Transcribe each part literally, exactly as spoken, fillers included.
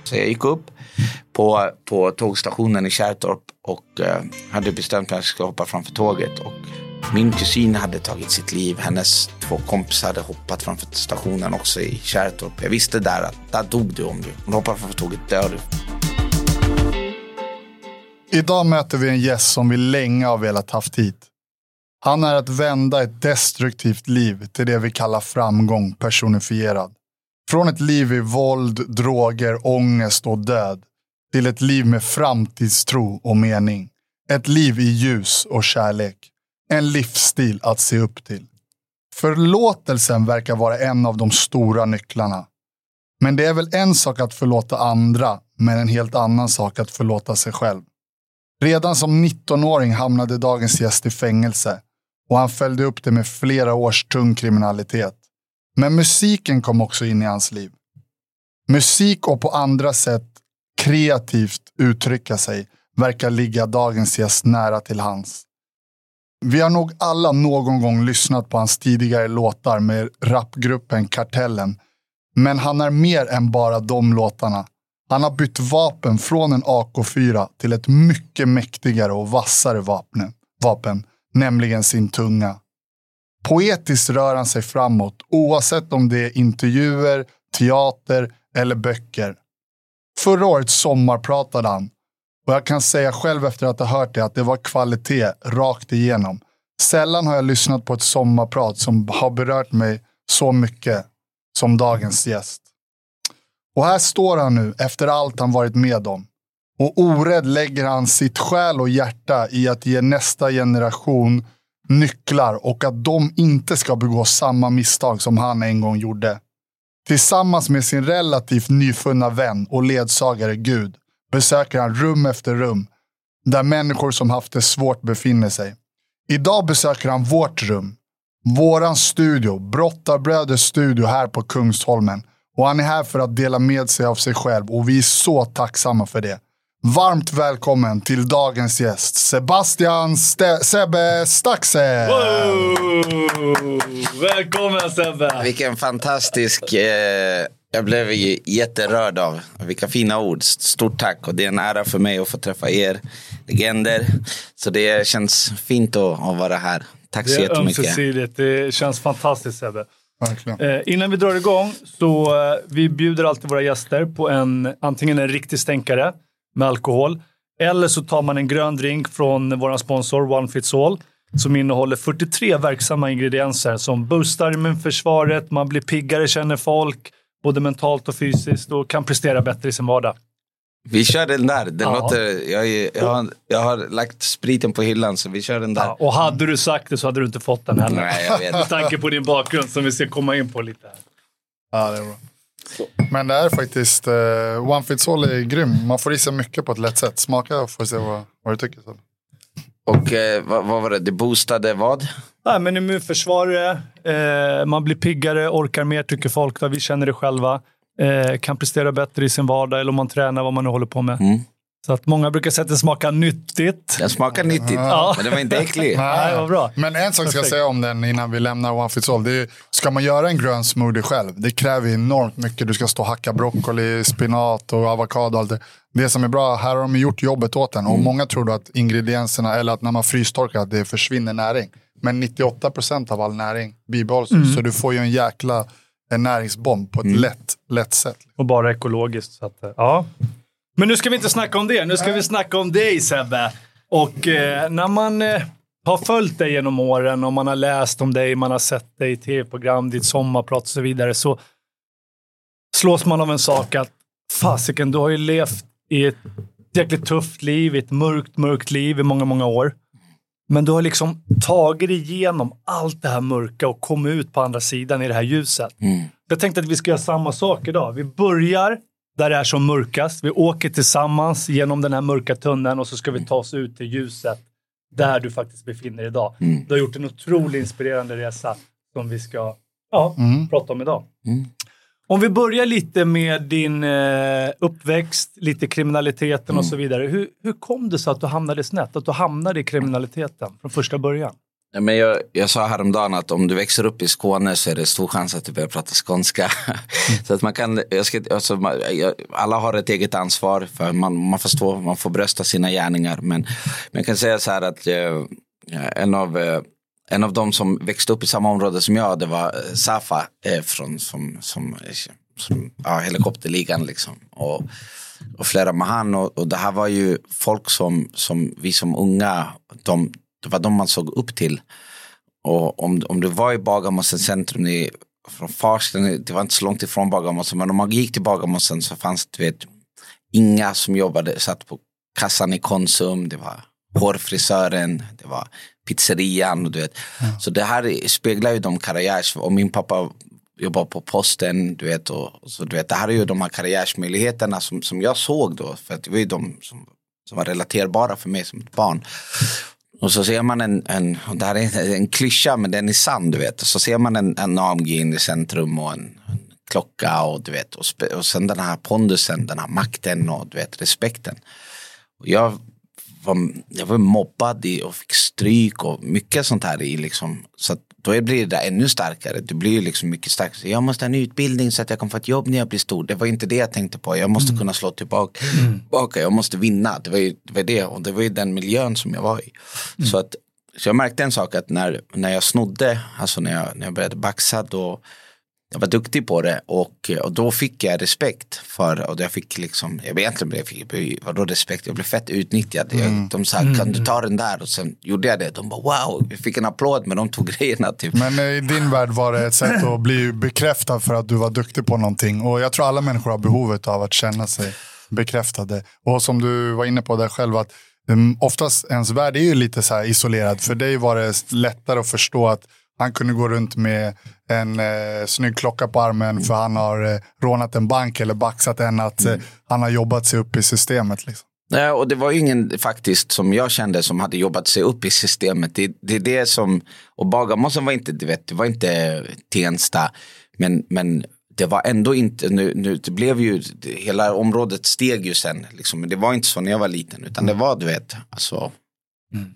Så jag gick upp på, på tågstationen i Kärrtorp och eh, hade bestämt mig att jag skulle hoppa framför tåget. Och min kusin hade tagit sitt liv. Hennes två kompisar hade hoppat framför stationen också i Kärrtorp. Jag visste där att där dog du om du. Om du hoppar framför tåget dör du. Idag möter vi en gäst som vi länge har velat haft hit. Han är att vända ett destruktivt liv till det vi kallar framgång personifierad. Från ett liv i våld, droger, ångest och död till ett liv med framtidstro och mening. Ett liv i ljus och kärlek. En livsstil att se upp till. Förlåtelsen verkar vara en av de stora nycklarna. Men det är väl en sak att förlåta andra, men en helt annan sak att förlåta sig själv. Redan som nittonåring hamnade dagens gäst i fängelse och han följde upp det med flera års tung kriminalitet. Men musiken kom också in i hans liv. Musik och på andra sätt kreativt uttrycka sig verkar ligga dagens gäst nära till hans. Vi har nog alla någon gång lyssnat på hans tidigare låtar med rapgruppen Kartellen. Men han är mer än bara de låtarna. Han har bytt vapen från en A K fyra till ett mycket mäktigare och vassare vapen, vapen, nämligen sin tunga. Poetiskt rör han sig framåt, oavsett om det är intervjuer, teater eller böcker. Förra året sommar pratade han, och jag kan säga själv efter att ha hört det att det var kvalitet rakt igenom. Sällan har jag lyssnat på ett sommarprat som har berört mig så mycket som dagens gäst. Och här står han nu efter allt han varit med om. Och orädd lägger han sitt själ och hjärta i att ge nästa generation nycklar och att de inte ska begå samma misstag som han en gång gjorde. Tillsammans med sin relativt nyfunna vän och ledsagare Gud besöker han rum efter rum där människor som haft det svårt befinner sig. Idag besöker han vårt rum, våran studio, Brottarbröders studio här på Kungsholmen. Och han är här för att dela med sig av sig själv och vi är så tacksamma för det. Varmt välkommen till dagens gäst, Sebastian St- Sebbe Staxe. Wow! Välkommen Sebbe. Vilken fantastisk... Eh, jag blev jätterörd av. Vilka fina ord. Stort tack. Och det är en ära för mig att få träffa er legender. Så det känns fint att, att vara här. Tack så jättemycket. Det är ömsesidigt. Det känns fantastiskt Sebbe. Eh, innan vi drar igång så eh, vi bjuder alltid våra gäster på en antingen en riktig stänkare med alkohol eller så tar man en grön drink från vår sponsor One Fits All som innehåller fyrtiotre verksamma ingredienser som boostar immunförsvaret, man blir piggare känner folk både mentalt och fysiskt och kan prestera bättre i sin vardag. Vi kör den där. Den ja. låter, jag, jag, har, jag har lagt spriten på hyllan så vi kör den där. Ja, och hade du sagt det så hade du inte fått den heller. Nej, jag vet. Med tanke på din bakgrund som vi ska komma in på lite här. Ja, det är bra. Men det är faktiskt, uh, One Fits All är grym. Man får i sig mycket på ett lätt sätt. Smaka och få se vad, vad du tycker. Så. Och eh, vad, vad var det? Det boostade vad? Ja, men immunförsvarare, eh, man blir piggare, orkar mer tycker folk. Vi känner det själva. Eh, kan prestera bättre i sin vardag eller om man tränar vad man nu håller på med. Mm. Så att många brukar säga att det smakar nyttigt. Den smakar nyttigt, ja. Men det var inte äcklig. Nej, det var bra. Men en sak ska jag säga om den innan vi lämnar One Fits All. Det är, ska man göra en grön smoothie själv, det kräver enormt mycket. Du ska stå och hacka broccoli, spinat och avokado och allt det. Det som är bra, här har de gjort jobbet åt den. Och mm. många tror då att ingredienserna, eller att när man frystorkar att det försvinner näring. Men nittioåtta procent av all näring bibehålls. Mm. Så du får ju en jäkla en näringsbomb på ett mm. lätt, lätt sätt. Och bara ekologiskt. Så att, ja. Men nu ska vi inte snacka om det. Nu ska vi snacka om dig Sebbe. Och eh, när man eh, har följt dig genom åren och man har läst om dig, man har sett dig i tv-program, ditt sommarprat och så vidare, så slås man av en sak att fasiken, du har ju levt i ett jäkligt tufft liv, ett mörkt, mörkt liv i många, många år. Men du har liksom tagit igenom allt det här mörka och kommit ut på andra sidan i det här ljuset. Mm. Jag tänkte att vi ska göra samma sak idag. Vi börjar där det är som mörkast. Vi åker tillsammans genom den här mörka tunneln och så ska vi ta oss ut till ljuset där du faktiskt befinner dig idag. Mm. Du har gjort en otroligt inspirerande resa som vi ska ja, mm. prata om idag. Mm. Om vi börjar lite med din eh, uppväxt, lite kriminaliteten mm. och så vidare. Hur, hur kom det så att du hamnade snett? Att du hamnade i kriminaliteten från första början? Ja, men jag, jag sa häromdagen att om du växer upp i Skåne så är det stor chans att du börjar prata skånska. Mm. Så att man kan, jag ska, alltså, man, jag, alla har ett eget ansvar för man, man förstår, man får brösta sina gärningar. Men, men jag kan säga så här att eh, en av eh, en av de som växte upp i samma område som jag, det var eh, Safa eh, från som, som, som ja, helikopterligan liksom. Och, och flera med han och, och det här var ju folk som, som vi som unga, de det var de man såg upp till. Och om, om du var i Bagarmossen centrum i, från Farsten, det var inte så långt ifrån Bagarmossen, men om man gick till Bagarmossen så fanns det vet, inga som jobbade, satt på kassan i Konsum, det var hårfrisören, det var pizzerian. Och du vet. Mm. Så det här speglar ju de karriärs, och min pappa jobbar på posten, du vet, och, och så du vet, det här är ju de här karriärsmöjligheterna som, som jag såg då, för att det var ju de som, som var relaterbara för mig som ett barn. Och så ser man en, en och det här är en klyscha men den är sann, du vet. Så ser man en, en A M G in i centrum och en, en klocka och du vet. Och, spe, och sen den här pondusen, den här makten och du vet, respekten. Och jag var, jag var mobbad i och fick stryk och mycket sånt här i liksom. Så att då blir det ännu starkare. Du blir liksom mycket starkare. Jag måste ha en utbildning så att jag kan få ett jobb när jag blir stor. Det var inte det jag tänkte på. Jag måste mm. kunna slå tillbaka. Mm. Jag måste vinna. Det var ju det, var det. Och det var ju den miljön som jag var i. Mm. Så, att, så jag märkte en sak att när, när jag snodde, alltså när jag, när jag började baxa, då jag var duktig på det och, och då fick jag respekt för, och jag fick liksom, jag egentligen blev, fick, vadå respekt, jag blev fett utnyttjad. Jag, mm. De sa, kan du ta den där? Och sen gjorde jag det. De bara, wow, jag fick en applåd med de tog grejerna. Typ. Men i din värld var det ett sätt att bli bekräftad för att du var duktig på någonting. Och jag tror alla människor har behovet av att känna sig bekräftade. Och som du var inne på där själv, att um, oftast ens värld är ju lite så här isolerad. För dig var det lättare att förstå att han kunde gå runt med en eh, snygg klocka på armen för han har eh, rånat en bank eller baxat en, att eh, han har jobbat sig upp i systemet. Liksom. Ja, och det var ju ingen faktiskt som jag kände som hade jobbat sig upp i systemet. Det, det är det som, och Bagarmossen var inte, du vet, det var inte Tensta, men, men det var ändå inte, nu, nu det blev ju, hela området steg ju sen, liksom, men det var inte så när jag var liten, utan det var, du vet, alltså... Mm.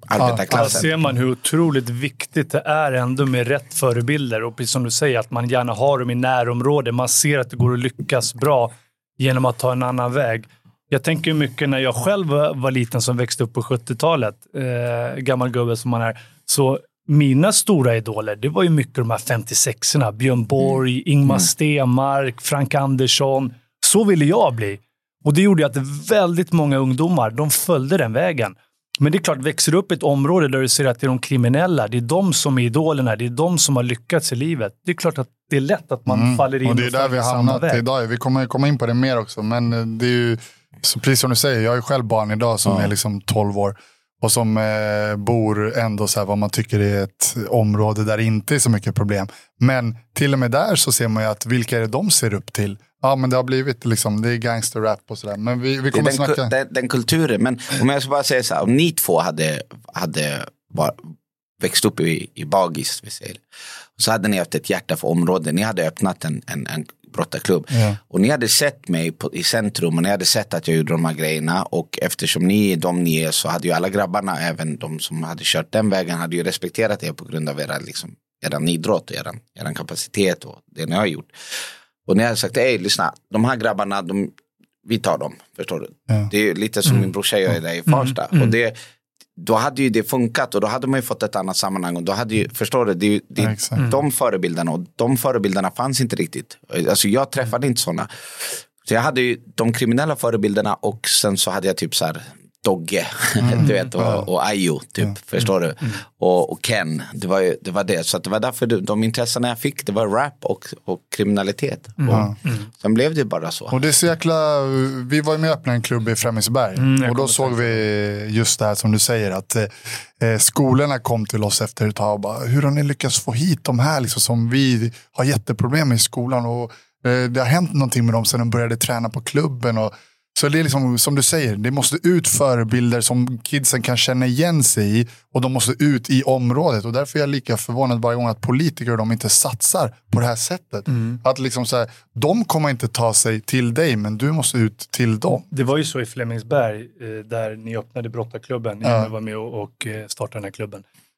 Här ser man hur otroligt viktigt det är ändå med rätt förebilder och precis som du säger att man gärna har dem i närområdet. Man ser att det går att lyckas bra genom att ta en annan väg. Jag tänker mycket när jag själv var liten som växte upp på sjuttiotalet, eh, gammal gubbe som man är, så mina stora idoler, det var ju mycket de här femtiosexorna, Björn Borg, mm. Ingmar mm. Stenmark, Frank Andersson. Så ville jag bli. Och det gjorde att väldigt många ungdomar, de följde den vägen. Men det är klart, växer upp ett område där du ser att det är de kriminella, det är de som är idolerna, det är de som har lyckats i livet. Det är klart att det är lätt att man mm. faller in och det är där vi har hamnat idag. Vi kommer komma in på det mer också, men det är ju, så precis som du säger, jag är själv barn idag som ja. är liksom tolv år och som eh, bor ändå så här vad man tycker är ett område där det inte är så mycket problem. Men till och med där så ser man ju att vilka är det de ser upp till? Ja, men det har blivit liksom, det är gangsterrap och sådär. Men vi, vi kommer den, snacka... Den, den kulturen, men om jag ska bara säga så här, om ni två hade, hade var, växt upp i, i Bagis, vi säger, så hade ni haft ett hjärta för området. Ni hade öppnat en, en, en brottarklubb. Ja. Och ni hade sett mig på, i centrum och ni hade sett att jag gjorde de här grejerna. Och eftersom ni är de ni är så hade ju alla grabbarna, även de som hade kört den vägen, hade ju respekterat er på grund av era, liksom, eran idrott och eran, eran kapacitet och det ni har gjort. Och när jag hade sagt, ej lyssna, de här grabbarna, de, vi tar dem, förstår du? Ja. Det är lite som mm. min brorsa gör där i Farsta. Mm. Och det, då hade ju det funkat och då hade man ju fått ett annat sammanhang. Och då hade ju, förstår du, det, det, ja, mm. de förebilderna och de förebilderna fanns inte riktigt. Alltså jag träffade inte sådana. Så jag hade ju de kriminella förebilderna och sen så hade jag typ så här Dogge, mm. du vet, och, och Ayo, typ, mm. förstår du? Mm. Och, och Ken, det var, det var det. Så att det var därför de, de intressena jag fick, det var rap och, och kriminalitet. Mm. Och mm. sen blev det bara så. Och det är så jäkla, vi var ju med och öppnade en klubb i Främmingsberg. Mm, och då såg vi just det här som du säger, att eh, skolorna kom till oss efter ett tag och bara, hur har ni lyckats få hit de här liksom, som vi har jätteproblem i skolan och eh, det har hänt någonting med dem sen de började träna på klubben och så det är liksom, som du säger, det måste ut förebilder som kidsen kan känna igen sig i och de måste ut i området och därför är jag lika förvånad varje gång att politiker och de inte satsar på det här sättet. Mm. Att liksom så här, de kommer inte ta sig till dig men du måste ut till dem. Det var ju så i Flemingsberg där ni öppnade brottarklubben, ja. Jag var med och startade den här klubben.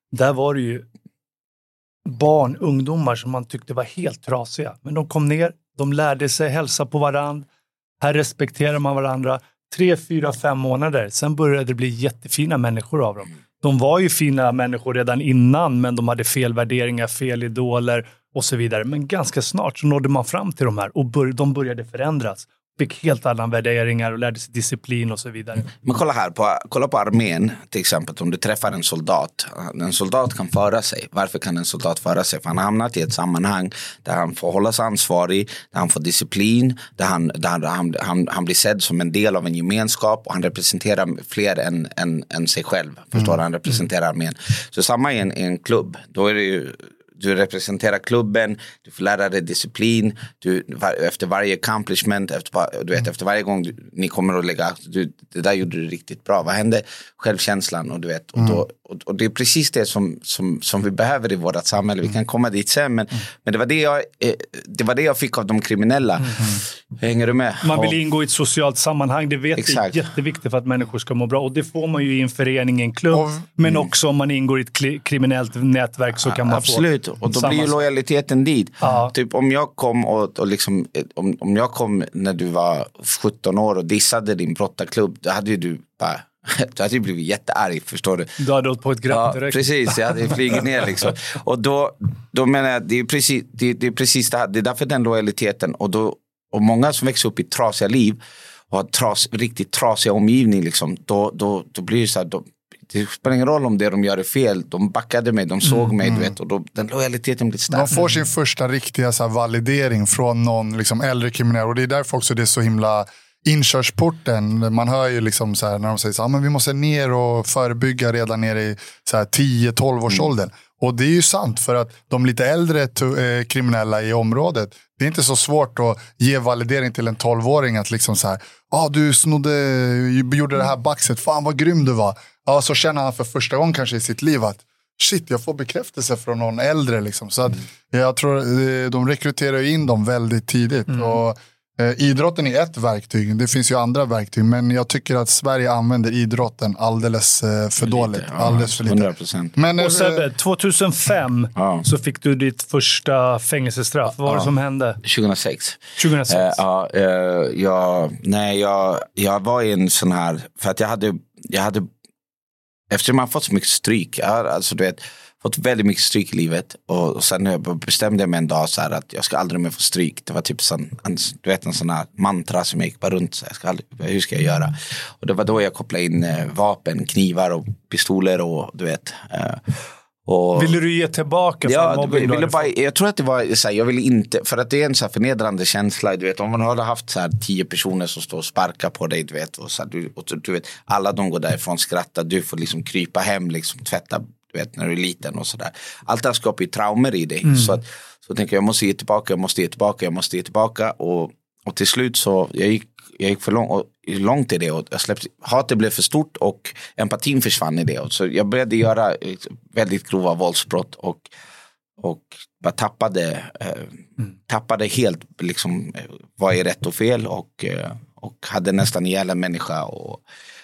där var det ju barn, ungdomar som man tyckte var helt trasiga. Men de kom ner, de lärde sig hälsa på varandra. Här respekterar man varandra. Tre, fyra, fem månader. Sen började det bli jättefina människor av dem. De var ju fina människor redan innan, men de hade fel värderingar, fel idoler och så vidare. Men ganska snart så nådde man fram till de här och bör- de började förändras. Fick helt andra värderingar och lärde sig disciplin och så vidare. Men kolla här, på, kolla på armén till exempel. Om du träffar en soldat. En soldat kan föra sig. Varför kan en soldat föra sig? För han har hamnat i ett sammanhang där han får hålla sig ansvarig, där han får disciplin, där han, där han, han, han blir sedd som en del av en gemenskap och han representerar fler än, än, än sig själv. Förstår du? Han representerar armén. Så samma i en, i en klubb. Då är det ju... Du representerar klubben, du får lära dig disciplin, du, var, efter varje accomplishment, efter, du vet, efter varje gång du, ni kommer att lägga, du, det där gjorde du riktigt bra. Vad hände? Självkänslan och du vet, och, då, och, och det är precis det som, som, som vi behöver i vårt samhälle. Vi kan komma dit sen, men, men det, var det, jag, det var det jag fick av de kriminella. Mm. Hänger du med? Man vill ingå i ett socialt sammanhang, det vet vi är jätteviktigt för att människor ska må bra. Och det får man ju i en förening, en klubb, och, men mm. också om man ingår i ett kli- kriminellt nätverk så kan man absolut. få... Och då blir ju lojaliteten dit. Ja. Typ om jag kom och, och liksom, om, om jag kom när du var sjutton år och dissade din brottarklubb, då hade ju du bara, du hade ju blivit jättearg, förstår du? Du hade åt på ett grepp ja, direkt. Precis, jag hade flugit ner liksom. Och då, då menar jag, det är precis det, det är precis det här, det är därför den lojaliteten. Och, då, och många som växer upp i trasiga liv och har tras, riktigt trasiga omgivning liksom, då, då, då blir det så här, då, det spelar ingen roll om det de gör är fel. De backade mig, de såg mm, mig, du vet, och då, den lojaliteten blir stark. De får sin första riktiga så här, validering från någon liksom, äldre kriminell. Och det är därför också det är så himla inkörsporten. Man hör ju liksom så här, när de säger så här, ah, men vi måste ner och förebygga redan ner i så här, tio tolv års åldern. Mm. Och det är ju sant, för att de lite äldre to- eh, kriminella i området, det är inte så svårt att ge validering till en tolvåring att liksom så här, ah, du snodde, gjorde det här baxet, fan vad grym du var. Ja, så känner han för första gången kanske i sitt liv att shit, jag får bekräftelse från någon äldre liksom. Så att jag tror de rekryterar in dem väldigt tidigt. Mm. Och eh, idrotten är ett verktyg. Det finns ju andra verktyg, men jag tycker att Sverige använder idrotten alldeles eh, för, för dåligt. Ja, alldeles för lite. hundra procent. Men, och Sebbe, tjugohundrafem ja. så fick du ditt första fängelsestraff. Vad var ja. det som hände? tjugohundrasex. tjugohundrasex. Eh, ja, eh, jag, nej, jag, jag var i en sån här, för att jag hade, jag hade eftersom man fått så mycket stryk, jag har alltså, du vet, fått väldigt mycket stryk i livet, och, och sen bestämde jag mig en dag så här att jag ska aldrig mer få stryk. Det var typ sån, en, du vet, en sån här mantra som jag gick bara runt så jag ska aldrig, hur ska jag göra? Och det var då jag kopplade in eh, vapen, knivar och pistoler och du vet. Eh, och, ville du ge tillbaka? Ja, vill, ville bara, jag tror att det var så här, jag ville inte, för att det är en så här förnedrande känsla, du vet, om man hade haft så här tio personer som står och sparkar på dig, du vet, och så här, du, och, du vet, alla de går därifrån, skrattar, du får liksom krypa hem, liksom tvätta, du vet, när du är liten och sådär. Allt det här skapar ju traumer i dig. Mm. Så, att, så tänker jag, jag måste ge tillbaka, jag måste ge tillbaka, jag måste ge tillbaka. Och, och till slut så, jag gick, jag gick för lång, och, långt i det. Och jag släppte, hatet blev för stort och empatin försvann i det. Och så jag började göra väldigt grova våldsbrott och, och bara tappade, eh, mm. tappade helt liksom, vad är rätt och fel. Och, eh, och hade nästan ihjäl en människa och...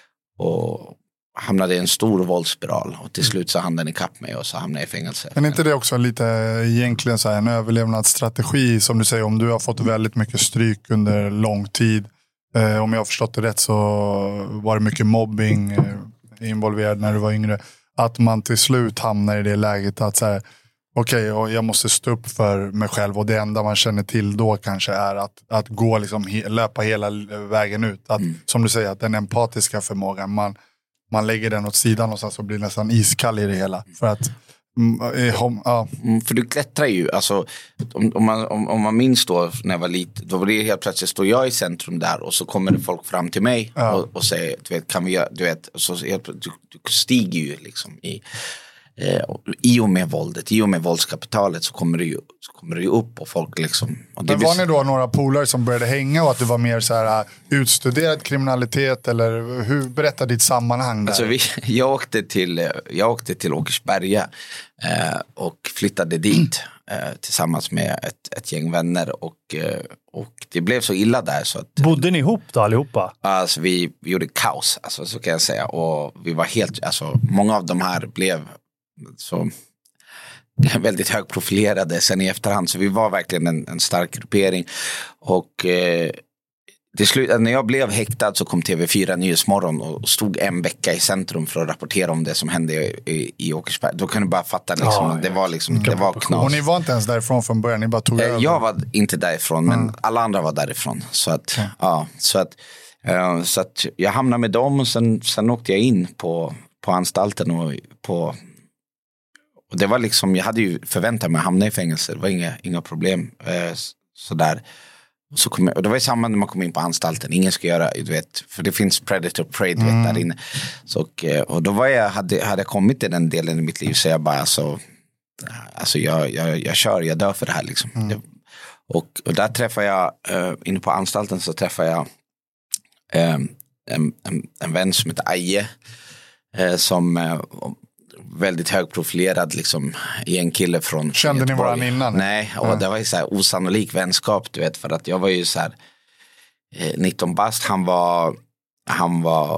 och hamnade i en stor våldsspiral och till slut så hamnade den ikapp mig och så hamnade jag i fängelse. Men är inte det också lite egentligen så här, en överlevnadsstrategi som du säger, om du har fått väldigt mycket stryk under lång tid, eh, om jag har förstått det rätt så var det mycket mobbing eh, involverad när du var yngre, att man till slut hamnar i det läget att så här, okej, okay, jag måste stå upp för mig själv, och det enda man känner till då kanske är att, att gå liksom, he, löpa hela vägen ut. Att, mm. Som du säger, att den empatiska förmågan, man Man lägger den åt sidan och så blir nästan iskall i det hela. För att... Mm, hom, ja. mm, för du klättrar ju. Alltså, om, om, man, om, om man minns då när jag var liten, då var det helt plötsligt står jag i centrum där och så kommer det folk fram till mig ja. och, och säger, du vet, kan vi göra, du vet, och så helt, du, du stiger ju liksom i... Eh, i och med våldet, i och med våldskapitalet så kommer det ju, så kommer det ju upp och folk liksom... Och det Men var ni då några polare som började hänga och att det var mer så här utstuderad kriminalitet, eller hur, berätta ditt sammanhang där? Alltså vi, jag, åkte till, jag åkte till Åkersberga eh, och flyttade dit eh, tillsammans med ett, ett gäng vänner och, eh, och det blev så illa där så att... Bodde ni ihop då allihopa? Alltså vi, vi gjorde kaos, alltså, så kan jag säga, och vi var helt, alltså många av de här blev så väldigt högprofilerade sen i efterhand. Så vi var verkligen en, en stark gruppering. Och eh, till slut, när jag blev häktad så kom T V fyra Nyhetsmorgon och stod en vecka i centrum för att rapportera om det som hände i, i, i Åkersberg. Då kan du bara fatta liksom, ja, det var liksom, det var knas. Och ni var inte ens därifrån från början, ni bara tog eh, över. Jag var inte därifrån, men mm. alla andra var därifrån. Så att, mm. ja, så att, uh, så att jag hamnade med dem och sen, sen åkte jag in på, på anstalten och på... Och det var liksom, jag hade ju förväntat mig att hamna i fängelse. Det var inga, inga problem. Eh, sådär. Så kom jag, och det var ju samma när man kom in på anstalten. Ingen ska göra, du vet, för det finns predator prey mm. där inne. Så, och, och då var jag, hade, hade jag kommit till den delen i mitt liv så jag bara, alltså, alltså jag, jag, jag kör, jag dör för det här liksom. Mm. Det, och, och där träffade jag, eh, inne på anstalten så träffade jag eh, en, en, en vän som heter Aje. Eh, som... Eh, väldigt högprofilerad liksom i en kille från Kände Göteborg. Ni varandra innan? Nej, och mm. det var ju så här osannolik vänskap, du vet, för att jag var ju så här eh, nitton bast, han var han var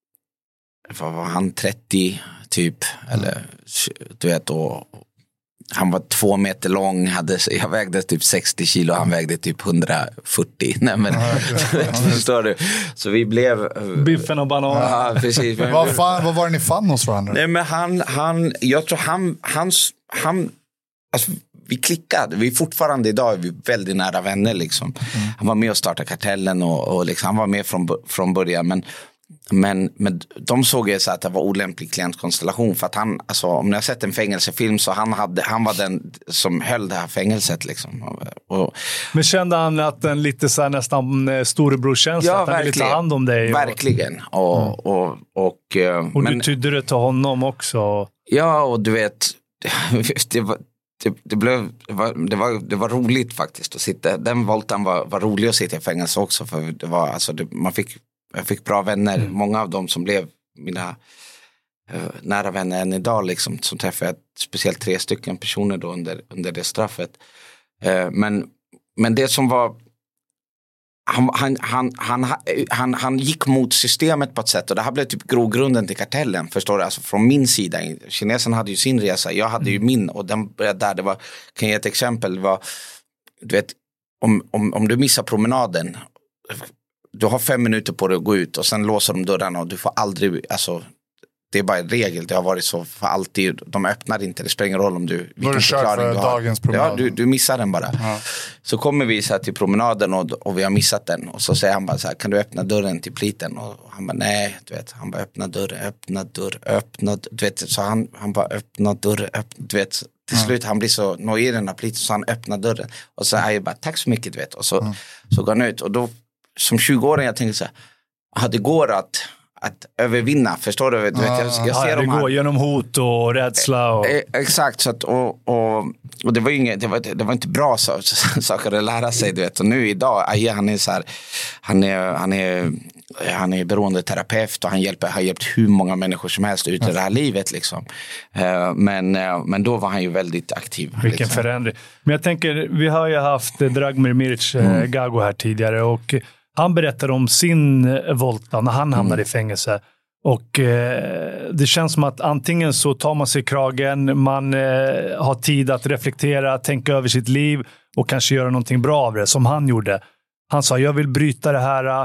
vad var han, trettio typ, mm. eller du vet, och han var två meter lång, hade, jag vägde typ sextio kilo, han vägde typ hundrafyrtio. Nej, men, mm. förstår du? Så vi blev... Biffen och banan. Ja, precis. vad, fan, vad var det ni fann hos varandra? Nej, men han, han jag tror han, hans, han, alltså, vi klickade. Vi fortfarande idag är vi väldigt nära vänner liksom. Mm. Han var med och startade Kartellen och, och liksom, han var med från, från början, men Men, men de såg ju så att det var olämplig klientkonstellation för att han, alltså om ni har sett en fängelsefilm så han, hade, han var den som höll det här fängelset liksom. Och, men kände han att en lite så här nästan storebrorkänsla, ja, att han ville ta hand om dig? Och... Verkligen. Och, mm. och, och, och, och men, du tydde det till honom också? Ja, och du vet, det var... Det, det, blev, det, var, det, var, det var roligt faktiskt att sitta. Den volten var, var rolig att sitta i fängelse också. För det var, alltså, det, man fick, jag fick bra vänner. Mm. Många av dem som blev mina uh, nära vänner än idag. Liksom, som träffade jag speciellt tre stycken personer då under, under det straffet. Uh, men, men det som var... Han, han, han, han, han, han gick mot systemet på ett sätt och det här blev typ grogrunden till Kartellen, förstår du? Alltså från min sida, kinesen hade ju sin resa, jag hade ju min och den började där, det var, kan jag ge ett exempel, det var, du vet, om, om, om du missar promenaden, du har fem minuter på dig att gå ut och sen låser de dörrarna och du får aldrig, alltså det är bara en regel, det har varit så för alltid, de öppnar inte, det spelar ingen roll om du... Då är du kört för dagens promenad. Ja, du, du missar den bara. Ja. Så kommer vi så här till promenaden och, och vi har missat den och så säger han bara så här, kan du öppna dörren till pliten? Och han bara, nej, du vet, han bara öppna dörr, öppna dörr, öppna dörr, du vet, så han, han bara öppna dörr, öppna, du vet, till slut mm. han blir så nöjd i den här pliten så han öppnar dörren och så är jag bara, tack så mycket, du vet, och så, mm. så går han ut och då, som tjugo-åring jag tänkte så här, det går att att övervinna, förstår du? du vet, jag, jag ser ja, det går här genom hot och rädsla. Och... Eh, exakt, så att, och, och, och det var ju inget, det var, det var inte bra så, så, saker att lära sig, du vet. Och nu idag, Aje, han är så här, han är, han är, han är beroendeterapeut och han hjälper, har hjälpt hur många människor som helst ut i det här livet liksom. Uh, men, uh, men då var han ju väldigt aktiv. Vilken liksom. förändring. Men jag tänker, vi har ju haft Dragomir Miric mm. Gago här tidigare och han berättade om sin volta när han hamnade mm. i fängelse. Och eh, det känns som att antingen så tar man sig i kragen, man eh, har tid att reflektera, tänka över sitt liv och kanske göra någonting bra av det, som han gjorde. Han sa, jag vill bryta det här,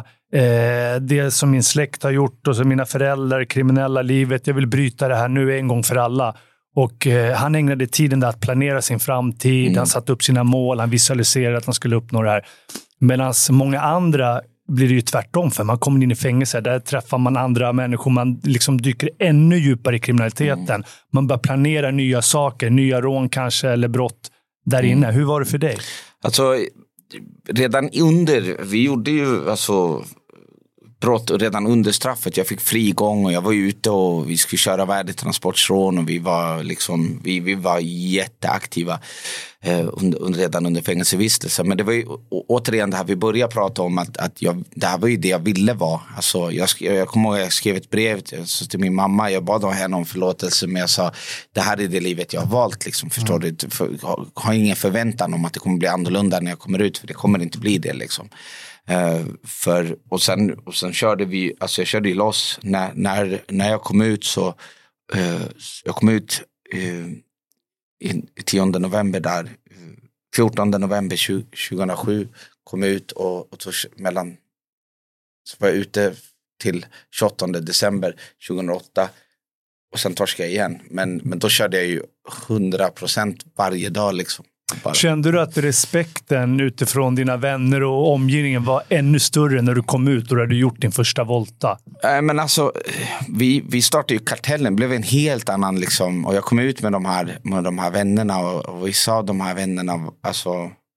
eh, det som min släkt har gjort och som mina föräldrar, kriminella livet, jag vill bryta det här nu en gång för alla. Och eh, han ägnade tiden där att planera sin framtid, mm. han satte upp sina mål, han visualiserade att han skulle uppnå det här. Medan många andra blir det ju tvärtom, för man kommer in i fängelse, där träffar man andra människor, man liksom dyker ännu djupare i kriminaliteten. Mm. Man börjar planera nya saker, nya rån kanske, eller brott där inne. Mm. Hur var det för dig? Alltså, redan under, vi gjorde ju alltså brott redan under straffet. Jag fick frigång och jag var ute och vi skulle köra värdetransportsrån och vi var liksom, vi, vi var jätteaktiva eh, under, under, redan under fängelsevistelsen. Men det var ju å, återigen det här vi började prata om att, att jag, det här var ju det jag ville vara. Alltså, jag, jag kommer ihåg att jag skrev ett brev till, till min mamma. Jag bad henne om förlåtelse, men jag sa, det här är det livet jag har valt. Liksom, förstår mm. du? För, jag har ingen förväntan om att det kommer bli annorlunda när jag kommer ut, för det kommer inte bli det liksom. Uh, för, och, sen, och sen körde vi, alltså jag körde ju loss när, när, när jag kom ut så uh, jag kom ut uh, tionde november där, fjortonde november tjugohundrasju kom ut och, och tog mellan, så var jag ute till tjugoåttonde december tjugohundraåtta och sen torskade jag igen. Men, men då körde jag ju hundra procent varje dag liksom. Bara. Kände du att respekten utifrån dina vänner och omgivningen var ännu större när du kom ut och hade gjort din första volta? Äh, men alltså, vi, vi startade ju Kartellen, blev en helt annan liksom, och jag kom ut med de här, med de här vännerna och, och vi sa de här vännerna, alltså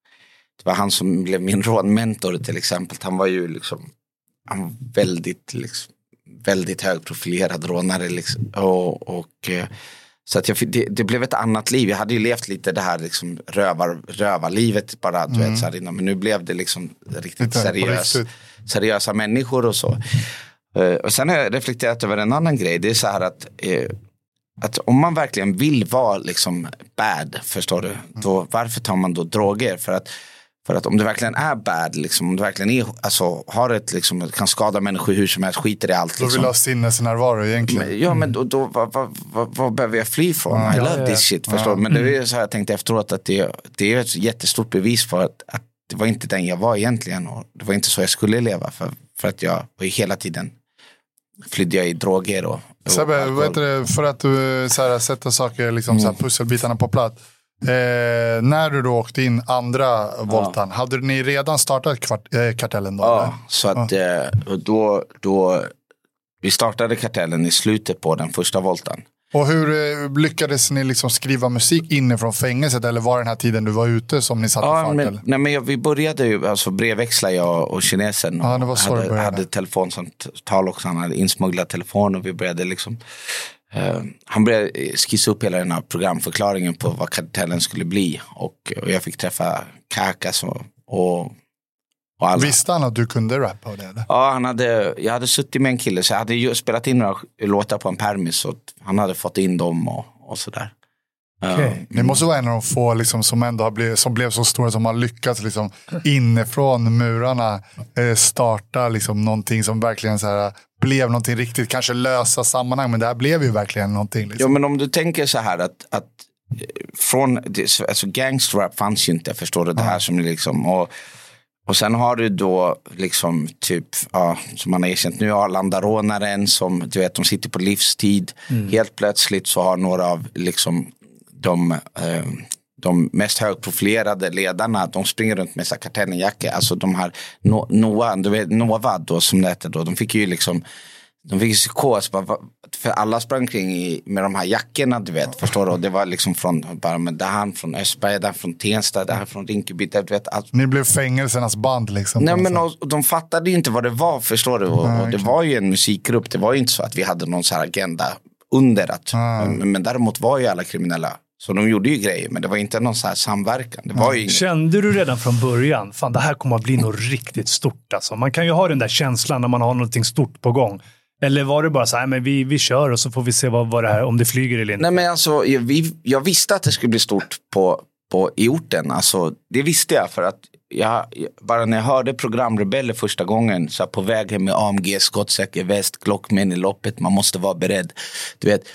det var han som blev min rådmentor till exempel. Han var ju liksom, han var väldigt liksom, väldigt högprofilerad rånare liksom, och, och så att jag, det, det blev ett annat liv. Jag hade ju levt lite det här liksom rövar, rövarlivet bara, du mm. vet, så här innan. Men nu blev det liksom riktigt seriös, seriösa människor och så. Uh, och sen har jag reflekterat över en annan grej. Det är så här att, uh, att om man verkligen vill vara liksom bad, förstår du, mm. då, varför tar man då droger? För att För att om det verkligen är bad, liksom, om det verkligen är, alltså, har ett, liksom, kan skada människor hur som helst, skiter i allt. Liksom. Då vill du ha sinnesnärvaro egentligen. Men, ja, men då, då vad, vad, vad, vad behöver jag fly från? Mm. I love ja, this shit, förstår du? Ja. Men det är så här, jag tänkte efteråt att det, det är ett jättestort bevis för att, att det var inte den jag var egentligen. Och det var inte så jag skulle leva, för, för att jag var hela tiden flydde jag i droger och, och Sebbe, vad heter det, för att du så här, sätter saker, liksom, mm. så här, pusselbitarna på plats. Eh, när du då åkte in andra voltan, ja. hade ni redan startat kvart, eh, kartellen då? Ja, eller? så att ja. eh, då, då vi startade kartellen i slutet på den första voltan. Och hur eh, lyckades ni liksom skriva musik inifrån fängelset, eller var den här tiden du var ute som ni satte ja, fart? Men, nej, men jag, vi började ju, alltså brevväxla jag och kinesen och ja, det var så hade, hade telefonsamtal också, han hade insmugglat telefon och vi började liksom Uh, han började skissa upp hela den här programförklaringen på vad kartellen skulle bli och, och jag fick träffa Kakas och, och, och alla. Visste han att du kunde rappa och det? Eller? Ja, han hade, jag hade suttit med en kille så jag hade ju spelat in några låtar på en permis så han hade fått in dem och, och sådär. Okay. Uh, det måste vara en av de få liksom, som ändå har blivit, som blev så stora som har lyckats liksom, inifrån murarna eh, starta liksom, någonting som verkligen så här, blev någonting riktigt, kanske lösa sammanhang, men det här blev ju verkligen någonting. Liksom. Ja, men om du tänker så här att, att från, alltså gangsterrap fanns ju inte, förstår du, det här som liksom, och, och sen har du då liksom typ, ja, som man har erkänt nu, Arlandarånaren som, du vet, de sitter på livstid, mm. helt plötsligt så har några av liksom de, eh, de mest högprofilerade ledarna, de springer runt med kartellenjackor, alltså de här no, Noah, du vet, Nova då som det heter då, de fick ju liksom de fick ju psykos, för alla sprang kring i, med de här jackorna, du vet, förstår du, och det var liksom från, bara med det här från Östberg, där från Tensta, där från Rinkeby, där, du vet. Alltså. Ni blev fängelsernas band liksom. Nej, men och, och de fattade ju inte vad det var, förstår du, och, och det var ju en musikgrupp, det var ju inte så att vi hade någon så här agenda under att, men, men däremot var ju alla kriminella. Så de gjorde ju grejer, men det var inte någon så här samverkan. Det var ju inget. Kände du redan från början, fan det här kommer att bli något riktigt stort alltså. Man kan ju ha den där känslan när man har någonting stort på gång. Eller var det bara så här, men vi, vi kör och så får vi se vad, vad det här, om det flyger eller inte? Nej, men alltså, jag, vi, jag visste att det skulle bli stort på, på i orten. Alltså, det visste jag för att jag, bara när jag hörde programrebeller första gången, så på väg hem med A M G, skottsäker väst, Glockmän i loppet, man måste vara beredd. Du vet,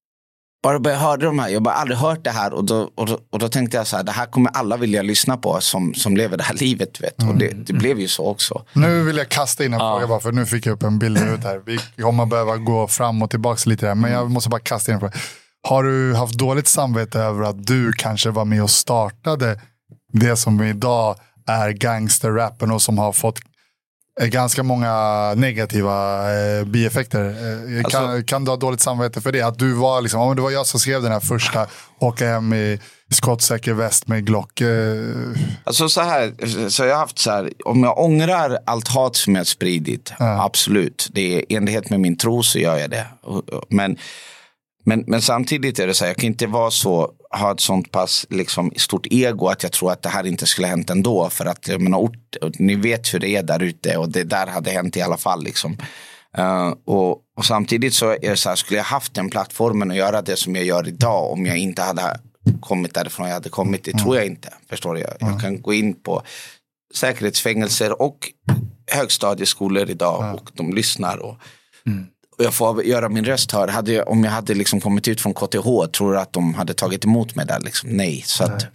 bara jag hörde de här, jag har bara aldrig hört det här och då, och då, och då tänkte jag så här, det här kommer alla vilja lyssna på som, som lever det här livet, vet. Mm. Och det, det blev ju så också. Nu vill jag kasta in en ja. fråga bara, för nu fick jag upp en bild ut här. Vi kommer behöva gå fram och tillbaka lite här, men jag måste bara kasta in en fråga. Har du haft dåligt samvete över att du kanske var med och startade det som idag är gangsterrappen och som har fått ganska många negativa eh, bieffekter? Eh, kan, alltså, kan du ha dåligt samvete för det? Att du var liksom, om det var jag som skrev den här första åka hem i skottsäker väst med Glock. Eh. Alltså så här, så jag har haft så här, om jag ångrar allt hat som jag spridit, ja. absolut. Det är i enlighet med min tro så gör jag det. Men Men, men samtidigt är det så här, jag kan inte vara så, ha ett sånt pass liksom, stort ego att jag tror att det här inte skulle hänt ändå. För att jag menar, ort, ni vet hur det är där ute och det där hade hänt i alla fall. Liksom. Uh, och, och samtidigt så är det så här, skulle jag haft den plattformen att göra det som jag gör idag om jag inte hade kommit därifrån jag hade kommit, det mm. tror jag inte. Förstår jag? Jag kan gå in på säkerhetsfängelser och högstadieskolor idag mm. och de lyssnar och mm. och jag får göra min röst hör. Hade jag, om jag hade liksom kommit ut från K T H, tror du att de hade tagit emot mig där? Liksom? Nej. Så att,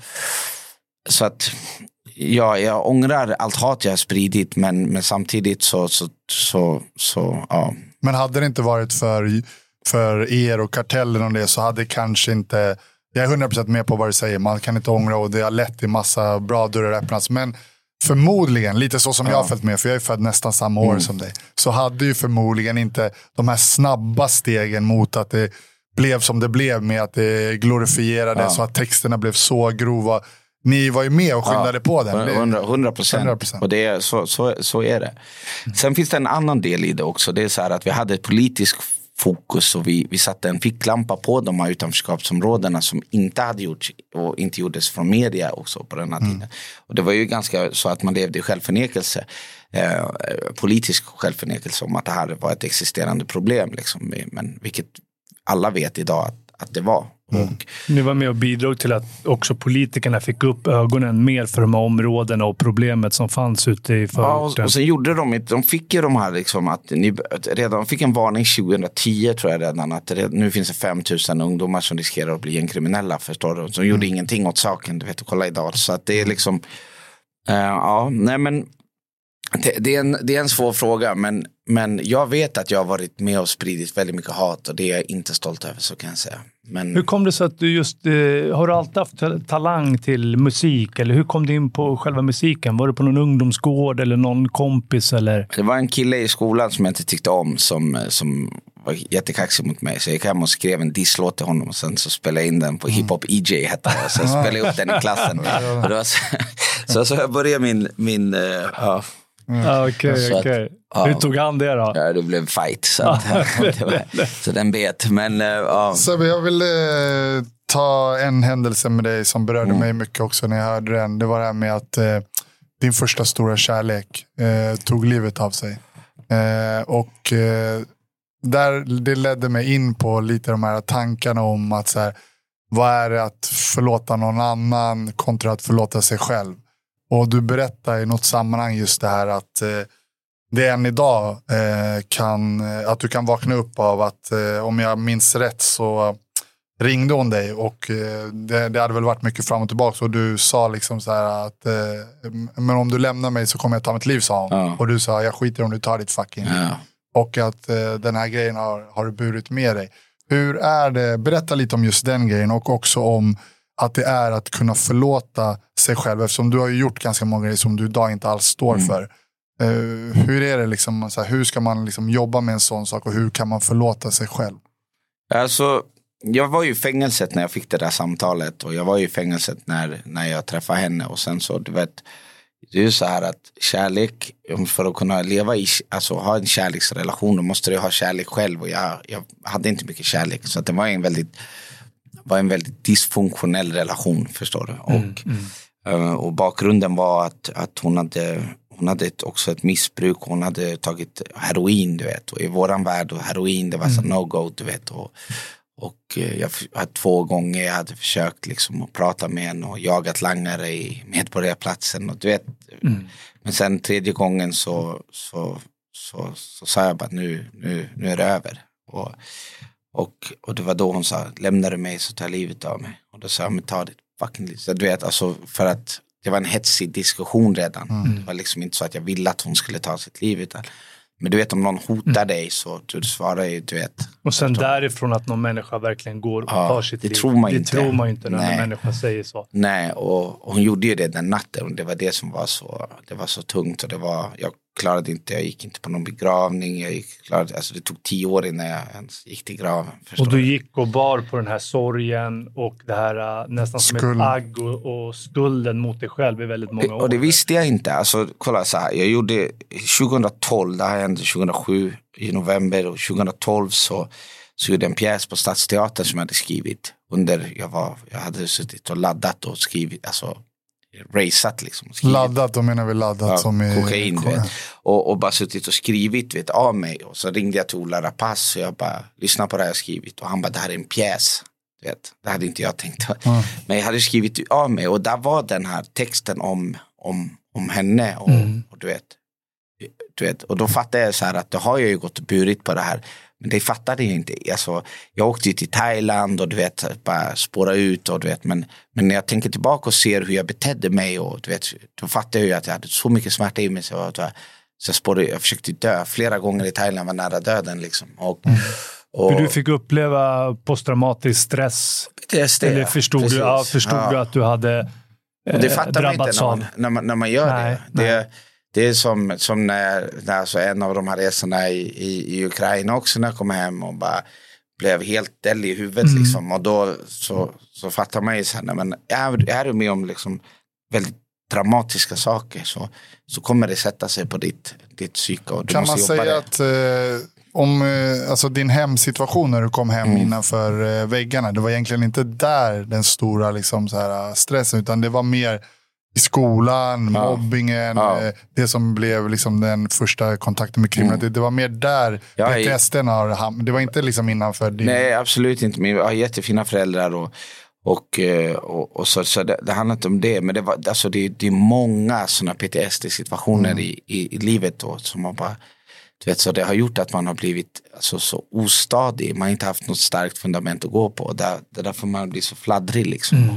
så att ja, jag ångrar allt hat jag har spridit, men, men samtidigt så, så, så, så ja. Men hade det inte varit för, för er och kartellen och det, så hade kanske inte, jag är hundra procent med på vad du säger, man kan inte ångra och det har lett till massa bra dörrar öppnas, men förmodligen, lite så som ja. jag har följt med, för jag är född nästan samma år mm. som dig, så hade ju förmodligen inte de här snabba stegen mot att det blev som det blev, med att det glorifierade ja. så att texterna blev så grova. Ni var ju med och skyndade ja, på den. hundra procent. Och det är, så, så, så är det. Sen finns det en annan del i det också. Det är så här att vi hade ett politiskt fokus och vi, vi satte en ficklampa på de här utanförskapsområdena som inte hade gjorts och inte gjordes från media också på den här tiden. Mm. Och det var ju ganska så att man levde i självförnekelse. Eh, politisk självförnekelse om att det här var ett existerande problem. Liksom. Men vilket alla vet idag att, att det var. Mm. Och ni var med och bidrog till att också politikerna fick upp ögonen mer för de här områdena och problemet som fanns ute i förorten. Ja, och, och sen gjorde de de fick ju de här liksom att ni redan fick en varning tjugohundratio tror jag redan att det, nu finns det fem tusen ungdomar som riskerar att bli en kriminella, förstår du, som mm. gjorde ingenting åt saken, du vet, kolla idag, så att det är liksom uh, ja, nej men det, det, är en, det är en svår fråga, men, men jag vet att jag har varit med och spridit väldigt mycket hat och det är jag inte stolt över, så kan jag säga. Men... Hur kom det så att du just, eh, har du alltid haft talang till musik, eller hur kom du in på själva musiken? Var det på någon ungdomsgård eller någon kompis? Eller? Det var en kille i skolan som jag inte tyckte om som, som var jättekaxig mot mig, så jag gick hem och skrev en disslåt till honom och sen så spelade jag in den på hiphop E J hette det, och sen spelade jag upp den i klassen. Och det var så, så, så jag började min, min uh, ja. Mm. Ah, okej, okay, okej. Okay. Ja, hur tog han det då? Ja, det blev fight. Så, att, det var, så den bet. Men, uh, ja. Så jag vill uh, ta en händelse med dig som berörde mm. mig mycket också när jag hörde den. Det var det här med att uh, din första stora kärlek uh, tog livet av sig. Uh, och uh, där, det ledde mig in på lite de här tankarna om att så här, vad är det att förlåta någon annan kontra att förlåta sig själv. Och du berättar i något sammanhang just det här att eh, det än idag eh, kan, att du kan vakna upp av att eh, om jag minns rätt så ringde hon dig och eh, det, det hade väl varit mycket fram och tillbaka och du sa liksom så här att eh, men om du lämnar mig så kommer jag ta mitt liv, sa hon. Ja. Och du sa jag skiter om du tar ditt fucking liv. Ja. Och att eh, den här grejen har, har du burit med dig. Hur är det? Berätta lite om just den grejen och också om att det är att kunna förlåta sig själv, eftersom du har ju gjort ganska många grejer som du idag inte alls står mm. för. Uh, hur är det liksom, så här, hur ska man liksom jobba med en sån sak och hur kan man förlåta sig själv? Alltså, jag var ju i fängelset när jag fick det där samtalet och jag var ju i fängelset när, när jag träffade henne och sen så, du vet, det är ju så här att kärlek, för att kunna leva i, alltså ha en kärleksrelation, då måste du ha kärlek själv och jag, jag hade inte mycket kärlek, så att det var en väldigt var en väldigt dysfunktionell relation, förstår du. Mm, och, mm. och bakgrunden var att, att hon hade hon hade ett, också ett missbruk. Hon hade tagit heroin, du vet. Och i våran värld, och heroin, det var mm. så no-go, du vet. Och, och jag hade två gånger jag hade försökt liksom att prata med henne och jagat langare i Medborgarplatsen. Och du vet. Mm. Men sen tredje gången så, så, så, så sa jag bara nu, nu, nu är det över. Och Och, och det var då hon sa, lämnar du mig så tar livet av mig. Och då sa jag, men ta ditt fucking liv. Så du vet, alltså för att det var en hetsig diskussion redan. Mm. Det var liksom inte så att jag ville att hon skulle ta sitt liv utan. Men du vet, om någon hotar mm. dig så du svarar ju, du vet. Och sen därifrån att någon människa verkligen går och ja, tar sitt det liv. Tror man det inte. tror man inte när Nej. en människa säger så. Nej, och, och hon gjorde ju det den natten. Och det var det som var så, det var så tungt. Och det var, jag klarade inte, jag gick inte på någon begravning. Jag gick, klarade, alltså det tog tio år innan jag ens gick till graven. Och du gick och bar på den här sorgen och det här nästan som Skuld. ett agg och, och skulden mot dig själv i väldigt många år. Och det visste jag inte. Alltså, kolla så här, jag gjorde tjugohundratolv, det här hände tjugohundrasju i november, och tjugohundratolv så, så gjorde jag en pjäs på Stadsteatern som jag hade skrivit under, jag var, jag hade suttit och laddat och skrivit, alltså raceat liksom. Skrivit. Laddat, då menar vi laddat ja, som i kokain, du vet. Och, och bara suttit och skrivit, vet, av mig. Och så ringde jag till Ola Rapace och jag bara, lyssna på det jag skrivit. Och han bara, det här är en pjäs. Du vet, det hade inte jag tänkt. Mm. Men jag hade skrivit av mig och där var den här texten om, om, om henne. Och, mm. och du vet, du vet, och då fattade jag så här att då har jag ju gått och burit på det här. Men det fattade jag inte. Alltså, jag åkte ju till Thailand och du vet, bara spåra ut och du vet, men, men när jag tänker tillbaka och ser hur jag betedde mig och du vet, då fattar jag ju att jag hade så mycket smärta i mig så att jag, så jag, spårade, jag försökte dö flera gånger i Thailand, var nära döden liksom. Och, mm. och, du fick uppleva posttraumatisk stress. P T S D, eller förstod, du, ja, förstod ja. du att du hade eh, och det fattar man inte när man, av... när, man, när man gör nej, det. Det, det är som, som när, när alltså en av de här resorna i, i, i Ukraina också, när jag kom hem och bara blev helt dell i huvudet mm. liksom. Och då så, så fattar man ju sen, men är, är du med om liksom väldigt dramatiska saker så, så kommer det sätta sig på ditt, ditt psyke. Och du kan måste man jobba säga det. att eh, om eh, alltså din hemsituation när du kom hem mm. innanför eh, väggarna, det var egentligen inte där den stora liksom, så här, stressen, utan det var mer i skolan, ja. mobbingen, ja. Eh, det som blev liksom den första kontakten med kriminalitet. Mm. Det var mer där ja, P T S D har hamnat. Det var inte liksom innanför din... Nej, absolut inte. Men jag har jättefina föräldrar och Och, och, och så, så det, det handlar inte om det, men det, var, alltså det, det är många sådana P T S D-situationer mm. i, i, i livet då, som man bara, du vet, så det har gjort att man har blivit alltså, så ostadig, man har inte haft något starkt fundament att gå på, där, det är därför man blir så fladdrig liksom. Mm,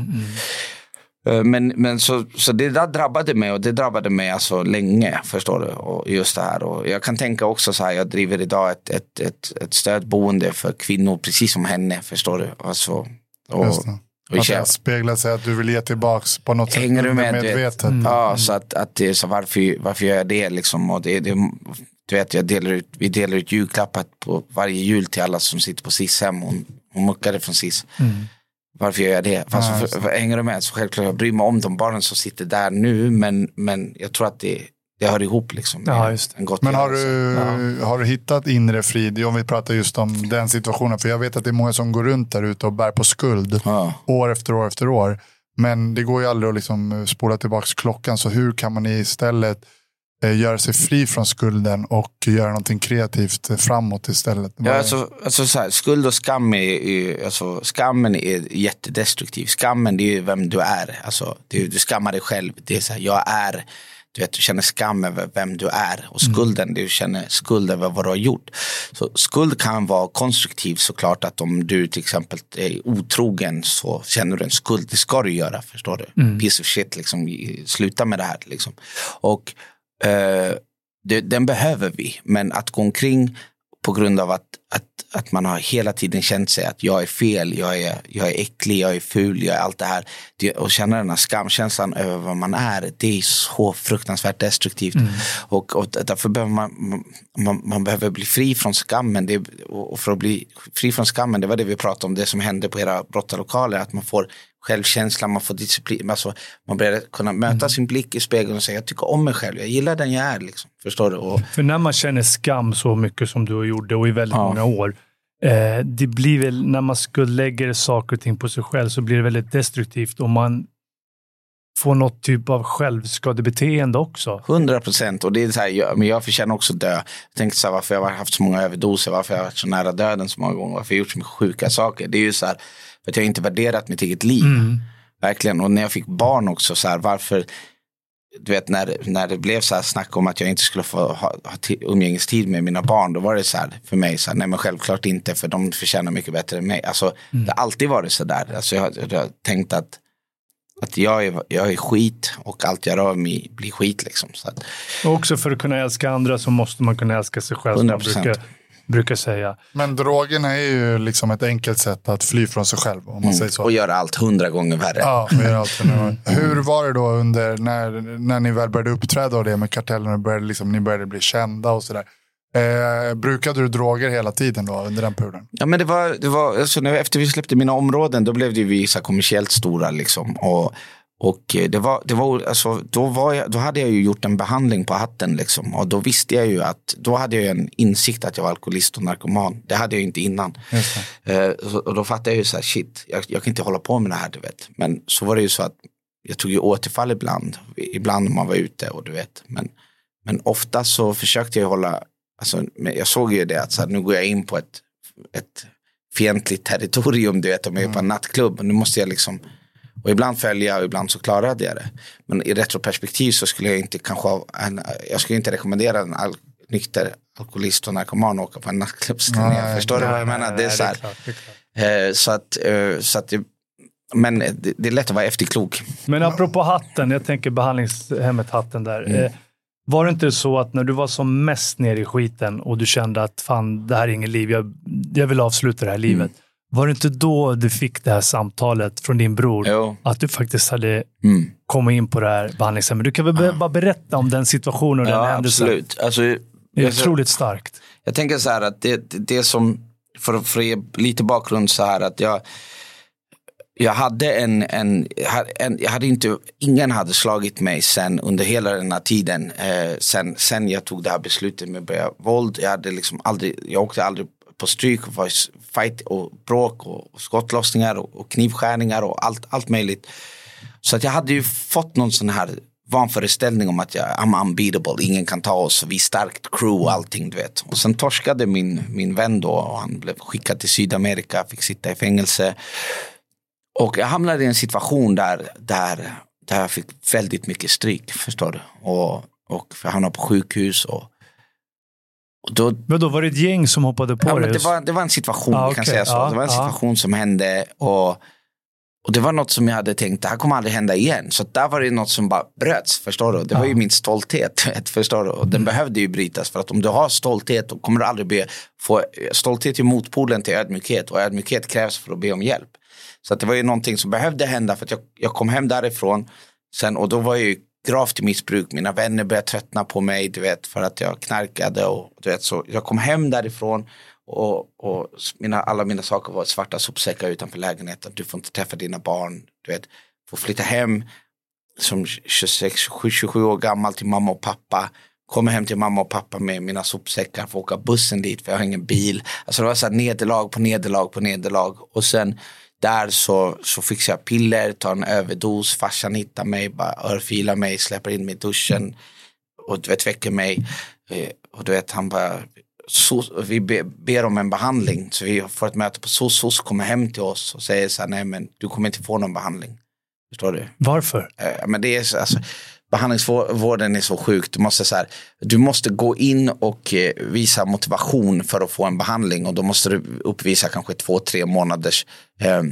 mm. Men, men så, så det där drabbade mig, och det drabbade mig alltså länge, förstår du, och just det här, och jag kan tänka också så här, jag driver idag ett, ett, ett, ett stödboende för kvinnor precis som henne, förstår du, alltså, och att det speglar sig att du vill ge tillbaks på något sätt. Hänger du med, medvetet. Mm. Ja, så att, att det är så varför, varför gör jag det liksom, och det, det, du vet, jag delar ut, vi delar ut julklappar på varje jul till alla som sitter på S I S hem, hon, hon muckade från S I S. Mm. Varför gör jag det? Fast ja, för, för, hänger du med, så självklart jag bryr mig om de barnen som sitter där nu, men, men jag tror att det det hör ihop liksom. Ja, just en gott men har du, ja. har du hittat inre frid? Om vi pratar just om den situationen. För jag vet att det är många som går runt där ute och bär på skuld. Ja. År efter år efter år. Men det går ju aldrig att liksom spola tillbaka klockan. Så hur kan man istället eh, göra sig fri från skulden och göra någonting kreativt framåt istället? Ja, alltså, alltså så här, skuld och skam är, är alltså, skammen är jättedestruktiv. Skammen, det är vem du är. Alltså, det är, du skammar dig själv. Det är så här, jag är... Du vet, du känner skam över vem du är. Och skulden, mm. du känner skuld över vad du har gjort. Så skuld kan vara konstruktiv såklart. Att om du till exempel är otrogen så känner du en skuld. Det ska du göra, förstår du? Mm. Piece of shit, liksom, sluta med det här. Liksom. Och eh, det, den behöver vi. Men att gå omkring på grund av att, att, att man har hela tiden känt sig att jag är fel, jag är, jag är äcklig, jag är ful, jag är allt det här. Det, och känna den här skamkänslan över vad man är, det är så fruktansvärt destruktivt. Mm. Och, och därför behöver man, man, man behöver bli fri från skammen. Det, och för att bli fri från skammen, det var det vi pratade om, det som hände på era brottarlokaler, att man får självkänsla, man får disciplin, alltså, man börjar kunna möta mm. sin blick i spegeln och säga, jag tycker om mig själv, jag gillar den jag är liksom. Förstår du? Och... För när man känner skam så mycket som du har gjort det och i väldigt ja. många år, eh, det blir väl, när man skuldlägger saker och ting på sig själv så blir det väldigt destruktivt om man får något typ av självskadebeteende också. Hundra procent, och det är så här, jag, men jag förtjänar också dö. Jag tänkte så här, varför jag har haft så många överdoser, varför jag har varit så nära döden så många gånger, varför jag har gjort så mycket sjuka saker. Det är ju så här, för att jag inte värderat mitt eget liv. Mm. Verkligen. Och när jag fick barn också, så här, varför, du vet, när, när det blev så här snack om att jag inte skulle få ha, ha t- umgängestid med mina barn, då var det så här, för mig, så här, nej men självklart inte, för de förtjänar mycket bättre än mig. Alltså, mm. det har alltid varit så där. Alltså, jag, jag har tänkt att, att jag, är, jag är skit och allt jag rör mig blir skit liksom. Så att, och också för att kunna älska andra så måste man kunna älska sig själv. hundra procent. Man brukar, brukar säga. Men drogerna är ju liksom ett enkelt sätt att fly från sig själv, om man mm. säger så. Och göra allt hundra gånger värre. Ja, göra allt hundra gånger. Hur var det då under, när, när ni väl började uppträda och det med Kartellen och började, liksom, ni började bli kända och sådär? Eh, brukade du droger hela tiden då under den perioden? Ja, men det var, det var alltså, när, efter vi släppte Mina områden, då blev det vi så kommersiellt stora liksom, och Och det var, det var, alltså, då, var jag, då hade jag ju gjort en behandling på hatten liksom, och då visste jag ju att, då hade jag en insikt att jag var alkoholist och narkoman. Det hade jag inte innan. Eh, och då fattade jag ju så här, shit, jag, jag kan inte hålla på med det här, du vet. Men så var det ju så att jag tog ju återfall ibland, ibland när man var ute, och du vet. Men, men ofta så försökte jag hålla, alltså, jag såg ju det att så här, nu går jag in på ett, ett fientligt territorium, du vet, om jag är på en nattklubb, och nu måste jag liksom. Och ibland följde jag och ibland så klarade jag det. Men i retroperspektiv så skulle jag inte kanske ha en, jag skulle inte rekommendera en, al, nykter alkoholist och narkoman åka på en nattklubbsturné. Förstår du vad jag menar? Det är så här. Eh, så att, eh, så att det, men det, det är lätt att vara efterklok. Men apropå hatten, jag tänker behandlingshemmet hatten där. Mm. Eh, var det inte så att när du var som mest nere i skiten och du kände att fan, det här är inget liv, jag, jag vill avsluta det här livet. Mm. Var det inte då du fick det här samtalet från din bror? Jo. Att du faktiskt hade mm. kommit in på det här behandlingshemmet? Du kan väl ja. bara berätta om den situationen och ja, den händelsen? Absolut. Alltså, det är alltså, otroligt starkt. Jag tänker så här att det, det, det som, för, för att ge lite bakgrund så här att jag Jag hade en, en, en jag hade inte, ingen hade slagit mig sen under hela den här tiden eh, sen, sen jag tog det här beslutet med att börja våld. Jag hade liksom aldrig, jag åkte aldrig på stryk och fight och bråk och, och skottlossningar och, och knivskärningar och allt, allt möjligt. Så att jag hade ju fått någon sån här vanföreställning om att jag I'm unbeatable, ingen kan ta oss, vi är starkt crew och allting, du vet. Och sen torskade min, min vän då och han blev skickad till Sydamerika, fick sitta i fängelse. Och jag hamnade i en situation där, där, där jag fick väldigt mycket stryk, förstår du. Och, och jag hamnade på sjukhus. Och, och då, men då var det ett gäng som hoppade på ja, det? Men det, var, det var en situation, ah, okay. kan säga så. Ah, det var en situation ah. som hände och, och det var något som jag hade tänkt, det här kommer aldrig hända igen. Så där var det något som bara bröts, förstår du. Det var ah. ju min stolthet, förstår du. Och den mm. behövde ju brytas, för att om du har stolthet då kommer du aldrig be, få stolthet i motpolen till ödmjukhet. Och ödmjukhet krävs för att be om hjälp. Så att det var ju någonting som behövde hända, för att jag, jag kom hem därifrån sen, och då var jag ju gravt i missbruk. Mina vänner började tröttna på mig, du vet, för att jag knarkade och du vet, så jag kom hem därifrån och, och mina, alla mina saker var svarta sopsäckar utanför lägenheten. Du får inte träffa dina barn, du vet, får flytta hem som tjugosex, tjugosju, tjugosju år gammal till mamma och pappa. Kommer hem till mamma och pappa med mina sopsäckar, får åka bussen dit för jag har ingen bil. Alltså det var så här nederlag på nederlag på nederlag. Och sen där så, så fick jag piller, tar en överdos, farsan hittar mig, bara örfilar mig, släpper in mig i duschen och du vet, väcker mig. Och du vet, han bara, så, vi be, ber om en behandling, så vi får ett möte på S O S. S O S kommer hem till oss och säger så här, nej men du kommer inte få någon behandling. Förstår du? Varför? Ja, men det är så, alltså, behandlingsvården är så sjukt. Du måste, så här, du måste gå in och eh, visa motivation för att få en behandling, och då måste du uppvisa kanske två, tre månaders eh,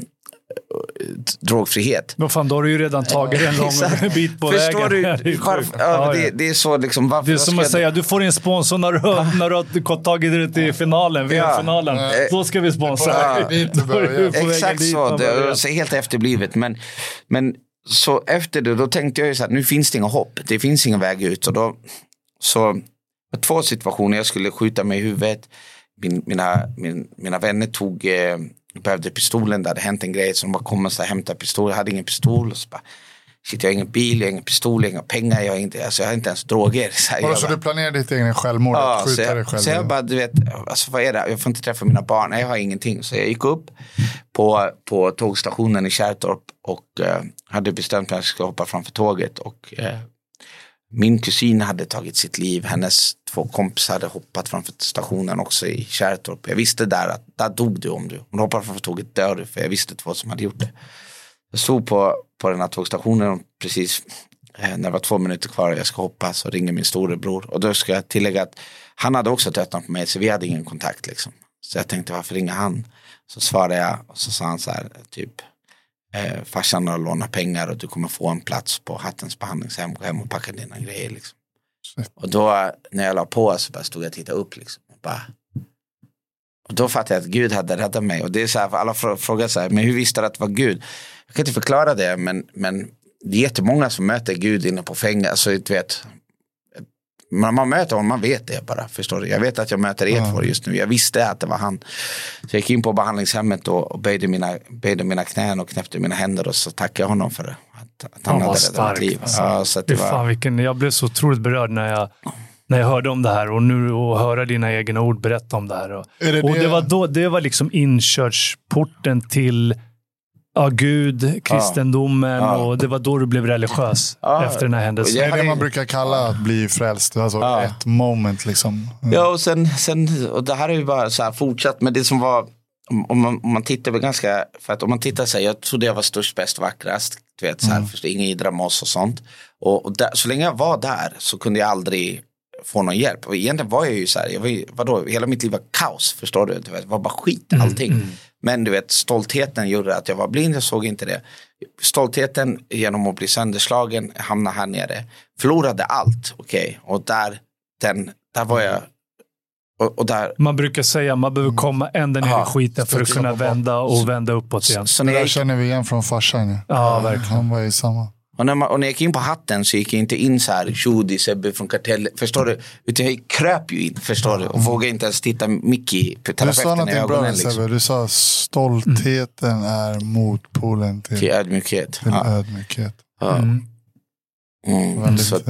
drogfrihet. Men fan, då har du ju redan tagit en lång bit på Förstår vägen. Du, varför, ja, det, det är så liksom, varför det är som att jag... säga, du får en sponsor när du, ja. när du har tagit det till finalen, V M-finalen. Ja. Då ska vi sponsra. Ja. Exakt så, det är så helt efterblivet. Men, men så efter det, då tänkte jag ju så här, nu finns det inga hopp. Det finns ingen väg ut. Och då, så två situationer, jag skulle skjuta mig i huvudet. Min, mina, min, mina vänner tog... Eh, behövde pistolen, där hade hänt en grej, så de bara kom och så här, hämta pistol. Jag hade ingen pistol och så bara, shit, jag har ingen bil, jag har ingen pistol, jag har inga pengar, jag har inte, alltså, jag har inte ens droger. Så, här, bara, så bara, du planerade ditt egen självmord, ja, att skjuta så jag, dig själv? Så jag bara, du vet, alltså vad är det? Jag får inte träffa mina barn, nej, jag har ingenting. Så jag gick upp på, på tågstationen i Kärrtorp och eh, hade bestämt mig att jag skulle hoppa framför tåget, och eh, min kusin hade tagit sitt liv. Hennes två kompisar hade hoppat framför stationen också i Kärrtorp. Jag visste där att där dog du om du. Om du hoppar framför tåget dör du, för jag visste två som hade gjort det. Jag stod på, på den här tågstationen och precis eh, när det var två minuter kvar och jag ska hoppa, så ringer min storebror. Och då ska jag tillägga att han hade också tröttnat på mig, så vi hade ingen kontakt liksom. Så jag tänkte, varför ringer han? Så svarade jag och så sa han så här, typ, Eh, farsan har lånat pengar och du kommer få en plats på Hattens behandlingshem, gå hem och packa dina grejer liksom. Och då när jag la på så bara stod jag och tittade upp liksom, och, bara, och då fattade jag att Gud hade räddat mig. Och det är så här, för alla frågar så här, men hur visste du att det var Gud? Jag kan inte förklara det, men, men det är jättemånga som möter Gud inne på fängelse, alltså, du vet, man, man möter honom, man vet det bara, förstår du? Jag vet att jag möter Edvard just nu. Jag visste att det var han. Så jag gick in på behandlingshemmet och, och böjde, mina, böjde mina knän och knäppte mina händer, och så tackade jag honom för det. Att, att han, han hade räddat mitt liv. Alltså. Ja, så att det var... Fan, vilken, jag blev så otroligt berörd när jag, när jag hörde om det här, och nu och höra dina egna ord berätta om det här. Och det, och det var då, det var liksom inkörsporten till ja, Gud, kristendomen, ja. Och det var då du blev religiös, ja. Efter den här händelsen. Det är det man brukar kalla att bli frälst, alltså ja. Ett moment liksom. Mm. Ja, och sen, sen och det här är ju bara så här fortsatt, men det som var, om man, om man tittar väl ganska, för att om man tittar så här, jag trodde jag var störst, bäst, vackrast, du vet så här, mm. först ingen idra med oss och sånt. Och, och där, så länge jag var där så kunde jag aldrig få någon hjälp. Och egentligen var jag ju så här, jag var ju, vadå, hela mitt liv var kaos, förstår du? Det var bara skit, allting. Mm, mm. Men du vet, stoltheten gjorde att jag var blind, jag såg inte det. Stoltheten genom att bli sönderslagen, hamna här nere. Förlorade allt, okej. Okay. Och där, den, där var jag... Och, och där, man brukar säga att man behöver komma ända ner ja, i skiten för att kunna vända och vända uppåt igen. Så, så när jag känner vi igen från farsan. Ja, verkligen. Han var ju samma. Och när, man, och när jag gick in på hatten så gick jag inte in så här, Tjodi, Sebbe från Kartell, förstår du? Utan jag kröp ju in, förstår du? Och vågade inte ens titta Mickey på terapeuten i ögonen. Liksom. Du sa stoltheten mm. är motpolen till, till ödmjukhet. Till ja. ödmjukhet. Ja. Mm. Mm. Väldigt, så att,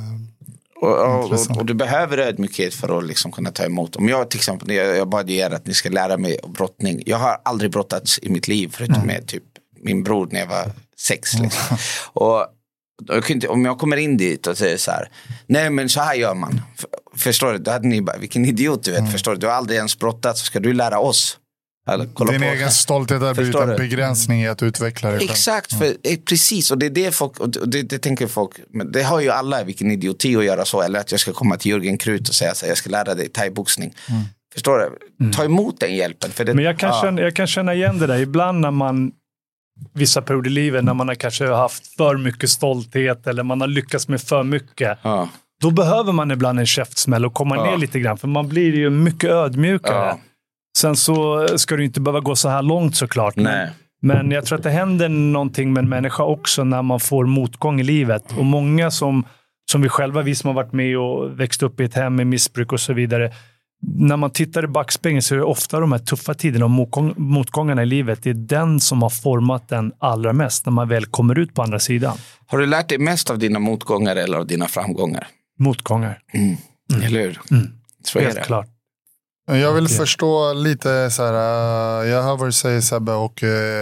och, och, och, och du behöver ödmjukhet för att liksom kunna ta emot. Om jag till exempel, jag, jag bad er att ni ska lära mig brottning. Jag har aldrig brottats i mitt liv förutom mm. med typ min bror när jag var sex. Liksom. Mm. Och jag kan inte, om jag kommer in dit och säger så här, nej men så här gör man. Förstår du? Då hade ni bara, vilken idiot du vet. Mm. Förstår du? Du har aldrig ens brottat, så ska du lära oss. Eller, kolla din på. Egen stolthet har blivit en begränsning i att utveckla det. Exakt, för, mm. precis. Och det är det folk, och det, det tänker folk, men det har ju alla, vilken idioti att göra så. Eller att jag ska komma till Jürgen Krut och säga så här, jag ska lära dig thai-boxning. Mm. Förstår du? Mm. Ta emot den hjälpen. För det, men jag kan, ja. känna, jag kan känna igen det där. Ibland när man vissa perioder i livet när man har kanske haft för mycket stolthet eller man har lyckats med för mycket. Ja. Då behöver man ibland en käftsmäll och komma ja. ner lite grann. För man blir ju mycket ödmjukare. Ja. Sen så ska du inte behöva gå så här långt såklart. Nej. Men, men jag tror att det händer någonting med en människa också när man får motgång i livet. Och många som, som vi själva, vi som har varit med och växt upp i ett hem med missbruk och så vidare. När man tittar i backspegeln så är det ofta de här tuffa tiderna och motgång, motgångarna i livet. Det är den som har format den allra mest när man väl kommer ut på andra sidan. Har du lärt dig mest av dina motgångar eller av dina framgångar? Motgångar. Mm. Mm. Eller hur? Mm. Så Helt klart. Jag vill okay. förstå lite så här, jag hör vad du säger Sebbe och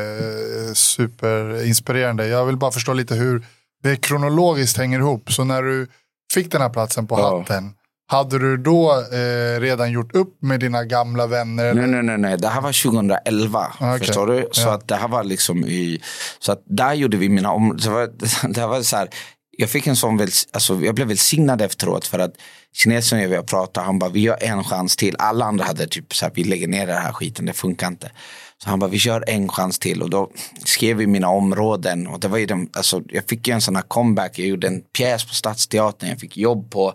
eh, superinspirerande. Jag vill bara förstå lite hur det kronologiskt hänger ihop. Så när du fick den här platsen på ja. hatten, hade du då eh, redan gjort upp med dina gamla vänner? Eller? Nej, nej, nej, nej. Det här var tjugoelva, okay. Förstår du? Så ja. att det här var liksom i, så att där gjorde vi mina om, det var, det var så här, jag fick en sån väl, alltså jag blev välsignad efteråt för att kinesen jag vill prata, han bara, vi gör en chans till. Alla andra hade typ så här, vi lägger ner den här skiten, det funkar inte. Så han bara, vi kör en chans till. Och då skrev vi mina områden. Och det var ju de, alltså jag fick ju en sån här comeback. Jag gjorde en pjäs på Stadsteatern, jag fick jobb på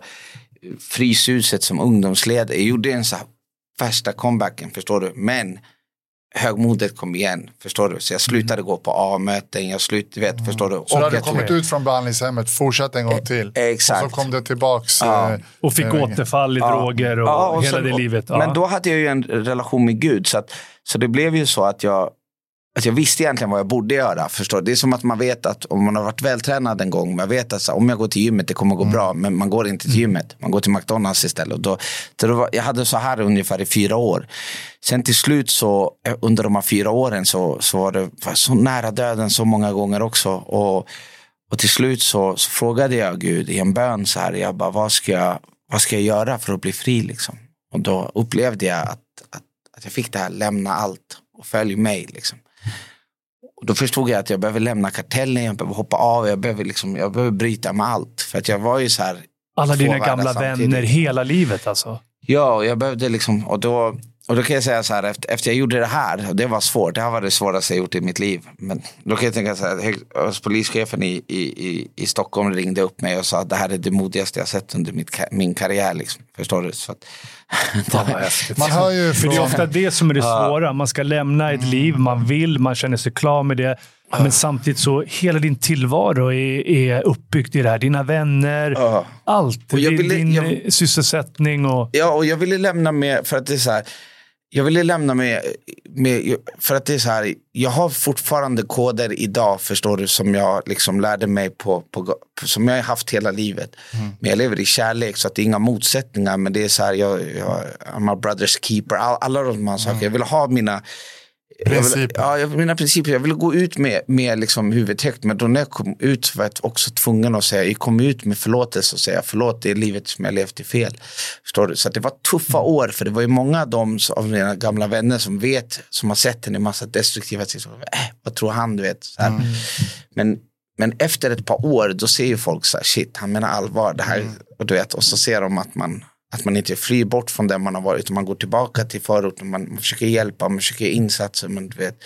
Fryshuset som ungdomsledare. Jag gjorde en så här första comebacken, förstår du. Men högmodet kom igen, förstår du. Så jag slutade gå på A-möten, jag slutade, vet, mm. förstår du. Så och du hade kommit ut från behandlingshemmet, fortsatt en gång till. Eh, exakt. Och så kom det tillbaks. Ja. Eh, och fick eh, återfall i ja. droger och, ja, och hela så, det livet. Ja. Men då hade jag ju en relation med Gud. Så, att, så det blev ju så att jag Alltså jag visste egentligen vad jag borde göra, förstår. Det är som att man vet att om man har varit vältränad en gång, man vet att så, om jag går till gymmet det kommer gå mm. bra, men man går inte till gymmet, man går till McDonalds istället. Och då, då var, jag hade så här ungefär i fyra år. Sen till slut så under de här fyra åren så, så var det var så nära döden så många gånger också. Och, och till slut så, så frågade jag Gud i en bön så här, jag bara, vad ska jag, vad ska jag göra för att bli fri liksom? Och då upplevde jag att, att, att jag fick det här, lämna allt och följ mig liksom. Och då förstod jag att jag behöver lämna kartellen, jag behöver hoppa av, jag behöver, liksom, jag behöver bryta med allt. För att jag var ju så här... Alla dina gamla vänner hela livet alltså? Ja, och jag behövde liksom... Och då, och då kan jag säga så här, efter, efter jag gjorde det här, och det var svårt, det här var det svåraste jag gjort i mitt liv. Men då kan jag tänka så här, polischefen i, i, i Stockholm ringde upp mig och sa att det här är det modigaste jag sett under mitt, min karriär. Liksom. Förstår du? Så att, man hör ju för det är ofta det som är det svåra. Man ska lämna ett liv, man vill, man känner sig klar med det. Men samtidigt så hela din tillvaro är, är uppbyggt i det här. Dina vänner, uh. allt. Och jag ville, din jag, sysselsättning. Och... Ja, och jag ville lämna med, för att det är så här, jag ville lämna med, med, för att det är så här, jag har fortfarande koder idag, förstår du, som jag liksom lärde mig på, på som jag har haft hela livet. Mm. Men jag lever i kärlek så att det är inga motsättningar, men det är så här, jag, jag I'm a brother's keeper, all, alla de här saker. Mm. Jag vill ha mina principer. Jag vill, ja, mina principer. Jag ville gå ut med, med liksom huvudet högt, men då när jag kom ut var jag också tvungen att säga, jag kom ut med förlåtelse och säga förlåt, det är livet som jag levt i fel. Förstår du? Så att det var tuffa mm. år, för det var ju många av dem av mina gamla vänner som vet, som har sett en i massa destruktiva situationer. Äh, vad tror han, du vet? Så här. Mm. Men, men efter ett par år då ser ju folk så här, shit, han menar allvar det här, Mm. och du vet, och så ser de att man att man inte är fri bort från det man har varit, utan man går tillbaka till förorten, man, man försöker hjälpa, man försöker insatser, men du vet,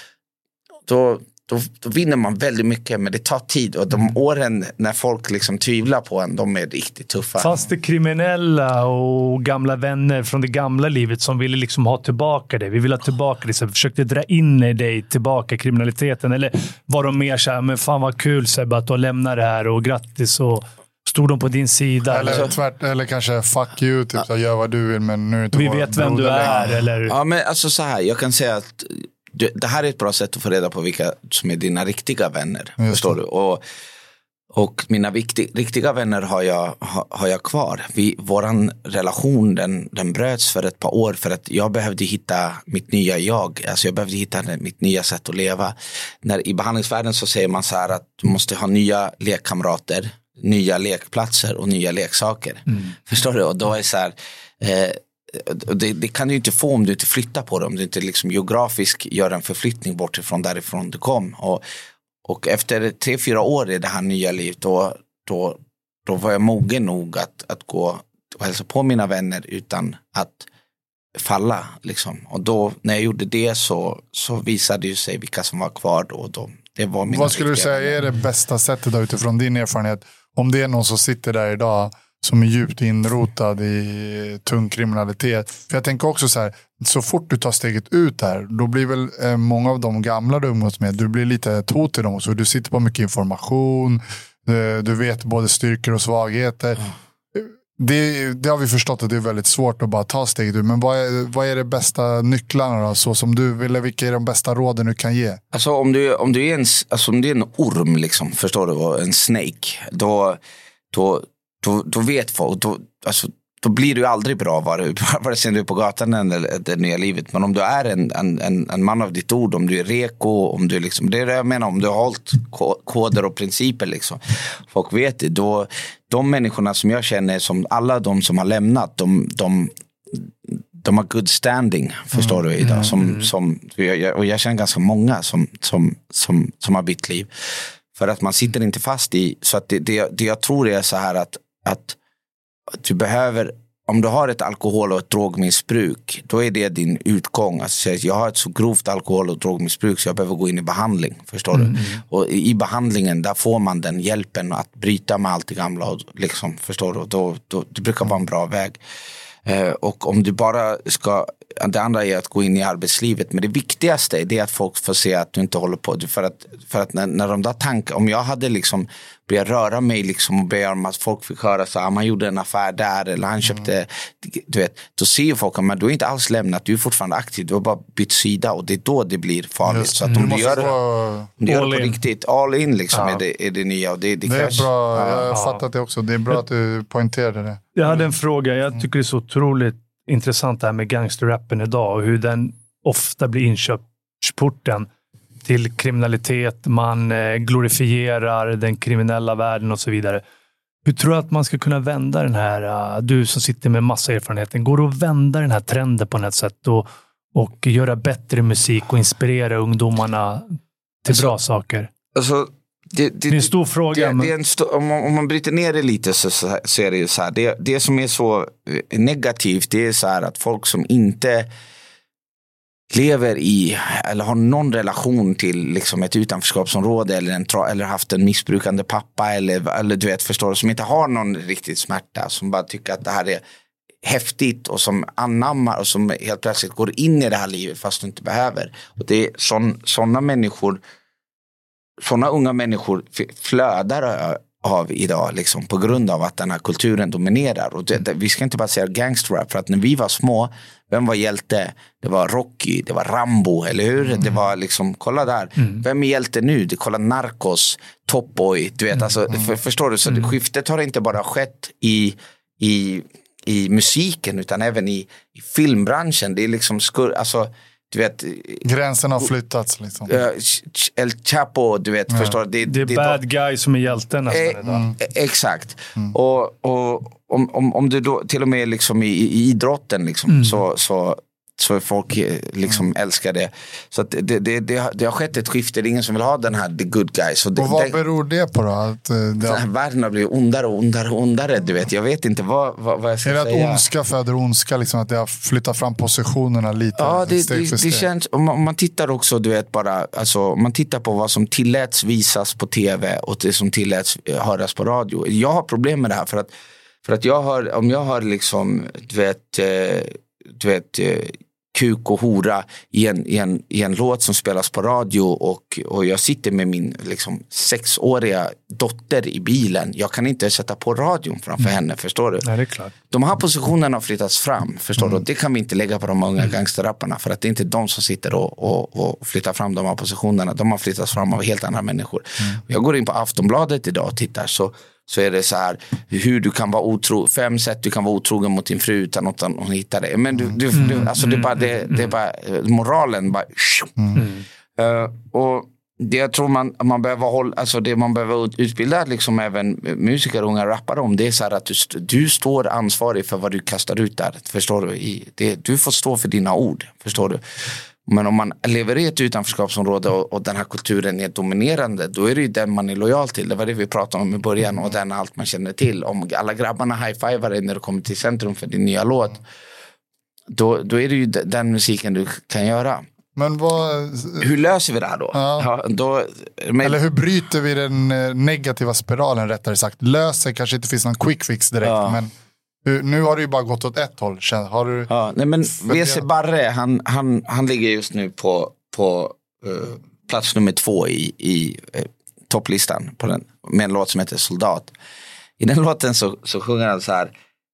då, då, då vinner man väldigt mycket, men det tar tid, och de åren när folk liksom tvivlar på en, de är riktigt tuffa. Fanns det kriminella och gamla vänner från det gamla livet som ville liksom ha tillbaka det? Vi vill ha tillbaka det, så försökte dra in i dig tillbaka kriminaliteten, eller var de mer så här, men fan vad kul Sebbe att du har lämnat det här och grattis, och stod de på din sida? Eller, Eller, tvärt, eller kanske fuck you, typ, så gör vad du vill, men nu är inte vi vår vet vem du broder är, längre. eller? Ja, men alltså så här, jag kan säga att det, det här är ett bra sätt att få reda på vilka som är dina riktiga vänner, Just förstår det. du? Och, och mina viktig, riktiga vänner har jag, har, har jag kvar. Vi, våran relation, den, den bröts för ett par år för att jag behövde hitta mitt nya jag. Alltså jag behövde hitta mitt nya sätt att leva. När, i behandlingsvärlden så säger man så här att du måste ha nya lekkamrater, nya lekplatser och nya leksaker. Mm. Förstår du? Och då är det så här... Eh, Det, det kan du inte få om du inte flyttar på det, om du inte liksom geografiskt gör en förflyttning bort ifrån därifrån du kom. Och, och efter tre, fyra år i det här nya livet, då, då, då var jag mogen nog att, att gå och hälsa på mina vänner utan att falla. Liksom. Och då, när jag gjorde det så, så visade det sig vilka som var kvar då. då. Det var mina Vad skulle du säga vänner. är det bästa sättet då, utifrån din erfarenhet? Om det är någon som sitter där idag som är djupt inrotad i tung kriminalitet. För jag tänker också så här, så fort du tar steget ut där, då blir väl eh, många av de gamla du umgås med, du blir lite ett hot till dem. Så du sitter på mycket information, du, du vet både styrkor och svagheter. Mm. Det, det har vi förstått att det är väldigt svårt att bara ta steget ut. Men vad är, vad är det bästa nycklarna då? Så som du vill, vilka är de bästa råden du kan ge? Alltså om du, om du är en, alltså om du är en orm liksom, förstår du, en snake, då, då Då, då vet folk, då, alltså, då blir du aldrig bra vare, vare sig du är på gatan eller det nya livet. Men om du är en, en, en man av ditt ord, om du är reko, om du liksom, det är det jag menar, om du har hållit koder och principer liksom. Folk vet det, då, de människorna som jag känner, som alla de som har lämnat, de, de, de har good standing, förstår mm. du idag. Som, mm. som, och jag känner ganska många som, som, som, som har bytt liv. För att man sitter inte fast i, så att det, det, det jag tror är så här att att du behöver, om du har ett alkohol- och ett drogmissbruk, då är det din utgång. Alltså, jag har ett så grovt alkohol- och drogmissbruk så jag behöver gå in i behandling, förstår mm. du? Och i behandlingen, där får man den hjälpen att bryta med allt det gamla, och liksom, förstår du? Då, då, det brukar vara en bra väg. Eh, och om du bara ska, det andra är att gå in i arbetslivet, men det viktigaste är det att folk får se att du inte håller på, för att, för att när, när de där tankar, om jag hade liksom börjat röra mig liksom och be om att folk fick höra så här, man gjorde en affär där eller han köpte, mm. du vet, då ser ju folk att du är inte alls lämnat, du är fortfarande aktiv, du har bara bytt sida, och det är då det blir farligt. Just, så att om du, du gör, vara... du gör det på riktigt, all in liksom, ja. är, det, är det nya, och det, det, det är bra, ja. jag har fattat det också, det är bra att du poängterade det. Jag hade en fråga, jag tycker det är så otroligt intressant det här med gangsterrappen idag, och hur den ofta blir inköpsporten till kriminalitet, man eh, glorifierar den kriminella världen och så vidare. Hur tror du att man ska kunna vända den här, uh, du som sitter med massa erfarenheten, går det att vända den här trenden på något sätt och, och göra bättre musik och inspirera ungdomarna till alltså, bra saker? Alltså, det, det, det är en stor fråga. Det, men... det är en stor, om, man, om man bryter ner det lite så, så, så är det ju så här, det, det som är så negativt, det är så här att folk som inte lever i eller har någon relation till liksom ett utanförskapsområde eller, en, eller haft en missbrukande pappa eller, eller du vet, förstår du, som inte har någon riktigt smärta, som bara tycker att det här är häftigt och som anammar och som helt plötsligt går in i det här livet fast du inte behöver. Och det är sådana människor, sådana unga människor flödar av idag liksom, på grund av att den här kulturen dominerar. Och det, det, vi ska inte bara säga gangsterrap, för att när vi var små, vem var hjälte? Det var Rocky, det var Rambo, eller hur? Mm. Det var liksom, kolla där. Mm. Vem är hjälte nu? Det kolla Narcos, Top Boy, du vet, mm. alltså, för, förstår du? Så mm. skiftet har inte bara skett i, i, i musiken, utan även i, i filmbranschen. Det är liksom, skur, alltså, du vet, gränsen har flyttats liksom. El Chapo, du vet, ja. förstår det, det är det, bad då, guy som är hjälten nästan eh, idag. Mm. Exakt. Mm. Och, och om, om, om du då till och med liksom i, i idrotten liksom, mm. så, så, så folk liksom mm. älskar det. Så att det, det, det, det har skett ett skifte. Det är ingen som vill ha den här the good guys. Och, det, och vad det, beror det på då? Att, det har... Världen har blivit ondare och ondare och ondare. Du vet, jag vet inte vad, vad, vad jag ska säga. Är det att ondska föder ondska? Liksom att det har flyttat fram positionerna lite? Ja, det, det, det känns... Om man, om man tittar också, du vet, bara... Alltså, om man tittar på vad som tilläts visas på tv och det som tilläts höras på radio. Jag har problem med det här för att För att jag har, om jag har liksom, du vet, eh, du vet eh, kuk och hora i en, i, en, i en låt som spelas på radio och, och jag sitter med min liksom, sexåriga dotter i bilen. Jag kan inte sätta på radion framför mm. henne, förstår du? Nej, det är klart. De här positionerna har flyttats fram, förstår mm. du? Det kan vi inte lägga på de unga gangsterrapparna för att det är inte de som sitter och, och, och flyttar fram de här positionerna. De har flyttats fram av helt andra människor. Mm. Jag går in på Aftonbladet idag och tittar så så är det så här hur du kan vara otro, fem sätt du kan vara otrogen mot din fru utan att hon hittar det. Men du, du, du alltså det är bara det, det är bara moralen bara mm. uh, och det jag tror man man behöver hålla, alltså det man behöver utbilda liksom även musiker och unga rappare om, det är så här att du, du står ansvarig för vad du kastar ut där, förstår du? I det, du får stå för dina ord, förstår du? Men om man lever i ett utanförskapsområde och, och den här kulturen är dominerande, då är det ju den man är lojal till. Det var det vi pratade om i början och den allt man känner till. Om alla grabbarna high-fivar dig när du kommer till centrum för din nya låt, då, då är det ju den musiken du kan göra. Men vad... Hur löser vi det här då? Ja. Ja, då men... Eller hur bryter vi den negativa spiralen, rättare sagt? Löser kanske inte finns någon quick fix direkt, ja. Men... Nu har det ju bara gått åt ett håll. Har du... Ja, nej men V C Barre, han, han, han ligger just nu på, på uh, plats nummer två i, i uh, topplistan på den, med en låt som heter Soldat. I den låten så, så sjunger han så här,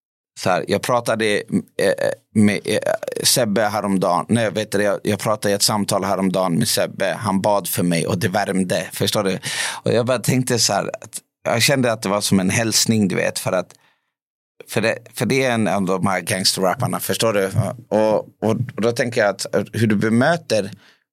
så här jag pratade uh, med uh, Sebbe häromdagen. Nej, vet du, jag, jag pratade i ett samtal häromdagen med Sebbe. Han bad för mig och det värmde. Förstår du? Och jag bara tänkte så här, att jag kände att det var som en hälsning, du vet, för att För det, för det är en av de här gangsterrapparna, förstår du? Och, och, och då tänker jag att hur du bemöter...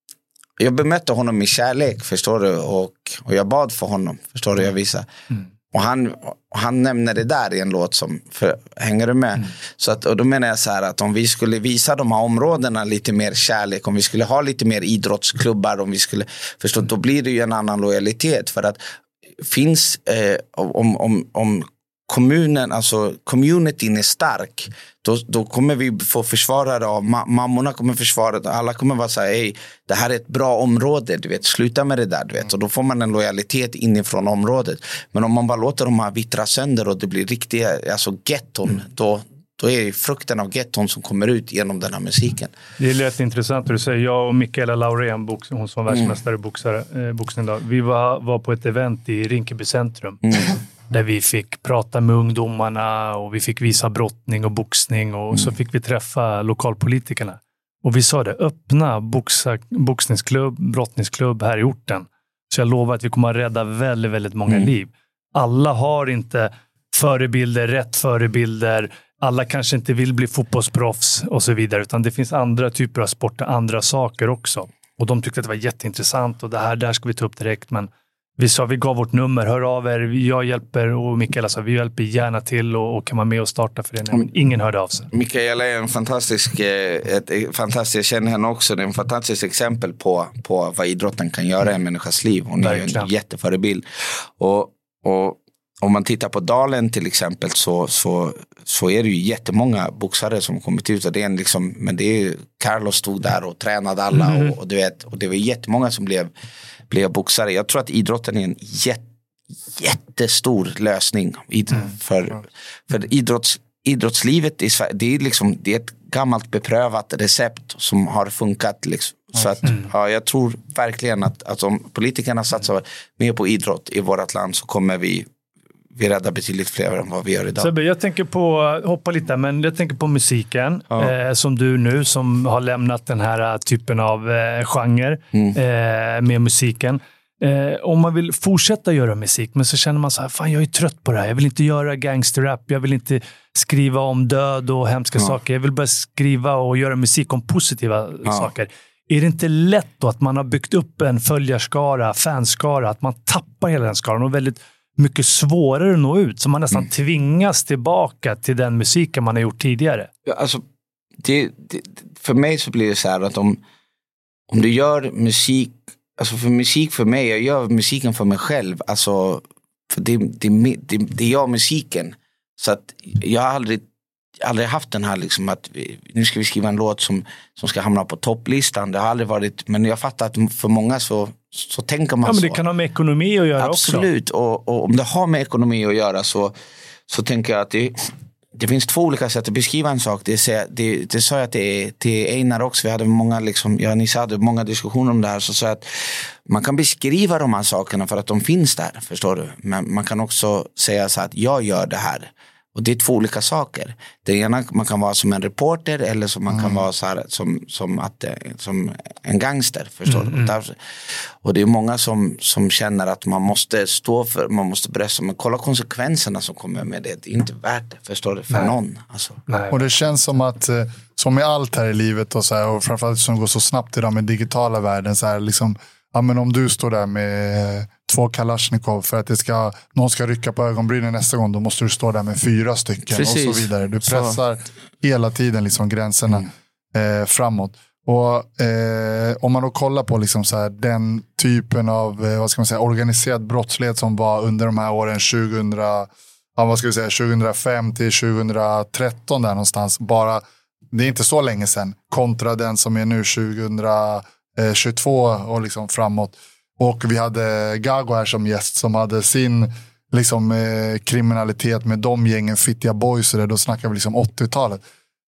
Jag bemötte honom med kärlek, förstår du? Och, och jag bad för honom, förstår du? Jag visar. Mm. Och han, han nämner det där i en låt som... För, hänger du med? Mm. Så att, och då menar jag så här att om vi skulle visa de här områdena lite mer kärlek, om vi skulle ha lite mer idrottsklubbar, om vi skulle... Förstå, då blir det ju en annan lojalitet. För att finns... Eh, om... om, om kommunen, alltså communityn är stark, då, då kommer vi få försvarare av, ma- mammorna kommer försvara det, alla kommer vara så här, hej, det här är ett bra område, du vet, sluta med det där, du vet, och då får man en lojalitet inifrån området. Men om man bara låter de här vittra sönder och det blir riktiga, alltså getton, mm. då, då är det frukten av getton som kommer ut genom den här musiken. Det är lätt intressant att du säger, jag och Mikaela Laurén, box, hon som var världsmästare mm. boxare, eh, boxning då, vi var, var på ett event i Rinkeby centrum. Mm. Där vi fick prata med ungdomarna och vi fick visa brottning och boxning och mm. så fick vi träffa lokalpolitikerna. Och vi sa det, öppna boxa, boxningsklubb, brottningsklubb här i orten. Så jag lovar att vi kommer att rädda väldigt, väldigt många mm. liv. Alla har inte förebilder, rätt förebilder. Alla kanske inte vill bli fotbollsproffs och så vidare. Utan det finns andra typer av sporter, andra saker också. Och de tyckte att det var jätteintressant och det här, där ska vi ta upp direkt, men vi sa, vi gav vårt nummer, hör av er, jag hjälper, och Mikaela sa, vi hjälper gärna till och, och kan man med och starta föreningen. Men ingen hörde av sig. Mikaela är en fantastisk, ett, ett fantastisk, jag känner henne också, det är en fantastisk exempel på, på vad idrotten kan göra i en människas liv. Hon är ju en jätteförebild. Och, och om man tittar på Dalen till exempel så, så, så är det ju jättemånga boxare som kommit ut. Och det är en liksom, men det är Carlos stod där och tränade alla mm. och, och, du vet, och det var jättemånga som blev blev boxare. Jag tror att idrotten är en jätte, jättestor lösning för, för idrotts, idrottslivet i Sverige. Det är liksom, det är ett gammalt beprövat recept som har funkat liksom. Så att, ja, jag tror verkligen att, att om politikerna satsar mer på idrott i vårt land så kommer vi vi räddar betydligt fler än vad vi gör idag. Sebbe, jag tänker på, hoppa lite, men jag tänker på musiken. Ja. Eh, som du nu, som har lämnat den här typen av eh, genre mm. eh, med musiken. Eh, om man vill fortsätta göra musik, men så känner man så här, fan jag är trött på det här. Jag vill inte göra gangsterrap, jag vill inte skriva om död och hemska ja. saker. Jag vill bara skriva och göra musik om positiva ja. saker. Är det inte lätt då att man har byggt upp en följarskara, fanskara, att man tappar hela den skaran och väldigt mycket svårare att nå ut, så man nästan mm. tvingas tillbaka till den musiken man har gjort tidigare? Ja, alltså, det, det, för mig så blir det så här att om, om du gör musik, alltså för musik för mig, jag gör musiken för mig själv, alltså för det, det, det, det är jag musiken, så att jag har aldrig aldrig haft den här liksom att vi, nu ska vi skriva en låt som, som ska hamna på topplistan, det har aldrig varit, men jag fattar att för många så, så tänker man ja, men det så. kan ha med ekonomi att göra. Absolut. Också. Och, och om det har med ekonomi att göra så, så tänker jag att det, det finns två olika sätt att beskriva en sak. Det, det, det sa jag till, till Einar också. Vi hade många, liksom, jag och Nisse hade många diskussioner om det här. Så sa jag att man kan beskriva de här sakerna för att de finns där, förstår du. Men man kan också säga så att jag gör det här. Och det är två olika saker. Det ena, man kan vara som en reporter eller som man mm. kan vara så här, som, som, att, som en gangster, förstår mm. du. Och, där, och det är många som, som känner att man måste stå för, man måste berätta, men kolla konsekvenserna som kommer med det. Det är inte värt det, förstår du, för Nej. någon. Alltså. Nej. Och det känns som att, som med allt här i livet och, så här, och framförallt som går så snabbt idag med digitala världen, så här, liksom, ja, men om du står där med två Kalashnikov för att det ska, någon ska rycka på ögonbrynen nästa gång, då måste du stå där med fyra stycken. Precis. Och så vidare. Du pressar så. hela tiden liksom gränserna mm. eh, framåt. Och eh, om man då kollar på liksom så här, den typen av eh, vad ska man säga, organiserad brottslighet som var under de här åren tjugohundra, ja, vad ska vi säga, tjugohundrafem till tjugohundratretton där någonstans, bara, det är inte så länge sedan, kontra den som är nu tjugohundratjugotvå och liksom framåt. Och vi hade Gago här som gäst som hade sin liksom, eh, kriminalitet med de gängen, Fittiga Boys, och det, då snackar vi liksom åttiotalet.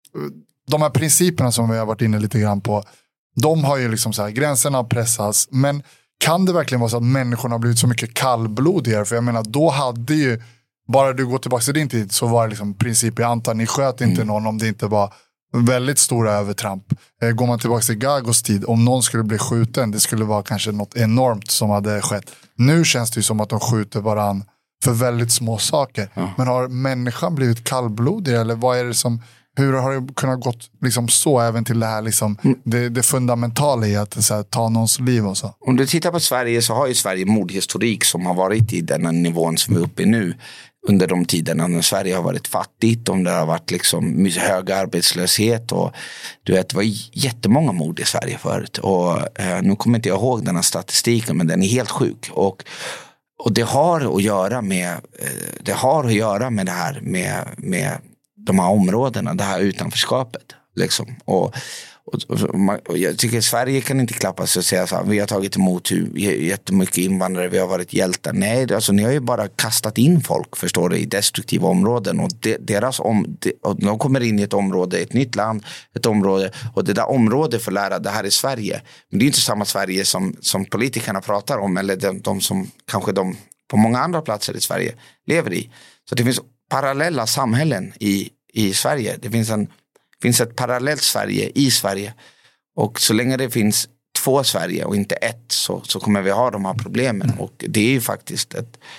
De här principerna som vi har varit inne lite grann på, de har ju liksom så här, gränserna pressas, men kan det verkligen vara så att människorna har blivit så mycket kallblodigare? För jag menar, då hade ju, bara du går tillbaka till din tid, så var det liksom princip, jag antar, ni sköt inte mm. någon om det inte var väldigt stora övertramp. Eh, går man tillbaka till Gagos tid, om någon skulle bli skjuten, det skulle vara kanske något enormt som hade skett. Nu känns det ju som att de skjuter varann för väldigt små saker. Ja. Men har människan blivit kallblodig, eller vad är det som, hur har det kunnat gått liksom så även till det här liksom, mm. det, det fundamentala i att så här, ta någons liv och så? Om du tittar på Sverige, så har ju Sverige mordhistorik som har varit i den nivån som vi är uppe i nu. Under de tiderna när Sverige har varit fattigt, om det har varit liksom hög arbetslöshet, och du vet, det var jättemånga mord i Sverige förut, och eh, nu kommer inte jag ihåg den här statistiken, men den är helt sjuk, och, och det har att göra med eh, det har att göra med det här med, med de här områdena, det här utanförskapet liksom. och Och, och, man, och jag tycker Sverige kan inte klappa sig och säga så här, vi har tagit emot jättemycket invandrare, vi har varit hjältar. Nej, alltså ni har ju bara kastat in folk, förstår du, i destruktiva områden, och de, deras om, de, och de kommer in i ett område, ett nytt land, ett område, och det där området får lära, det här är Sverige. Men det är inte samma Sverige som, som politikerna pratar om, eller de, de som kanske de på många andra platser i Sverige lever i. Så det finns parallella samhällen i, i Sverige. Det finns en Det finns ett parallellt Sverige i Sverige, och så länge det finns två Sverige och inte ett, så, så kommer vi ha de här problemen, och det är ju faktiskt ett, ett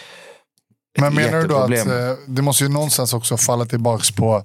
Men menar du då att eh, det måste ju någonstans också falla tillbaks på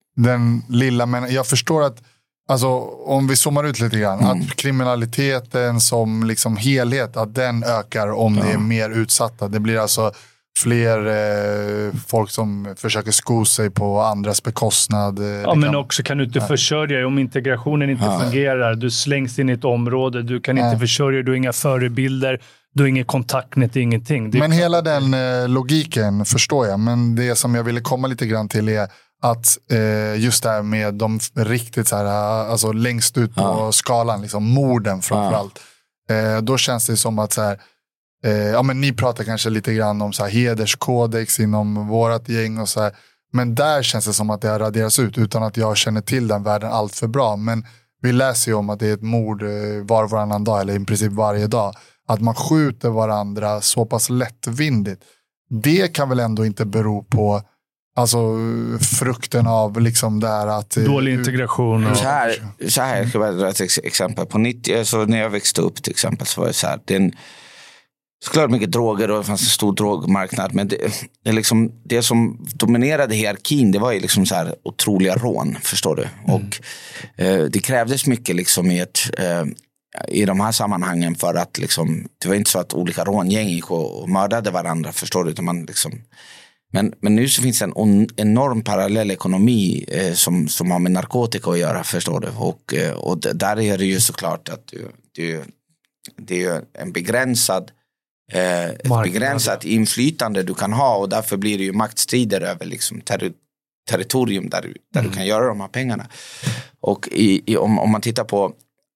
den lilla, men jag förstår att, alltså, om vi zoomar ut lite grann, mm. att kriminaliteten som liksom helhet, att den ökar om ja. det är mer utsatta. Det blir alltså fler eh, folk som försöker sko sig på andras bekostnad. Eh, ja, men kan... också kan du inte ja. försörja dig om integrationen inte ja. fungerar. Du slängs in i ett område, du kan ja. inte försörja, du har inga förebilder, du har ingen kontaktnät, ingenting. Det men hela den eh, logiken förstår jag, men det som jag ville komma lite grann till är att eh, just det här med de riktigt så här, alltså längst ut på ja. skalan, liksom morden framförallt. Ja. Eh, då känns det som att så här, Eh, ja, men ni pratar kanske lite grann om så här hederskodex inom vårat gäng och så här. Men där känns det som att det har raderats ut utan att jag känner till den världen allt för bra. Men vi läser ju om att det är ett mord eh, var och varannan dag, eller i princip varje dag. Att man skjuter varandra så pass lättvindigt. Det kan väl ändå inte bero på, alltså, frukten av liksom där att dålig integration. Och... Så här, så här ska jag dra ett exempel. På nittio, alltså när jag växte upp till exempel, så var det så här, det är en såklart mycket droger och det fanns en stor drogmarknad, men det, det, liksom, det som dominerade hierarkin, det var ju liksom så här otroliga rån, förstår du. Mm. Och eh, det krävdes mycket liksom i, ett, eh, i de här sammanhangen för att liksom, det var inte så att olika rångäng gick och, och mördade varandra, förstår du, utan man liksom, Men, men nu så finns det en on, enorm parallell ekonomi eh, som, som har med narkotika att göra, förstår du. Och, eh, och där är det ju såklart att du, du, det är en begränsad eh, ett begränsat inflytande du kan ha, och därför blir det ju maktstrider över liksom ter, territorium där, du, där mm. du kan göra de här pengarna. Och i, i, om, om man tittar på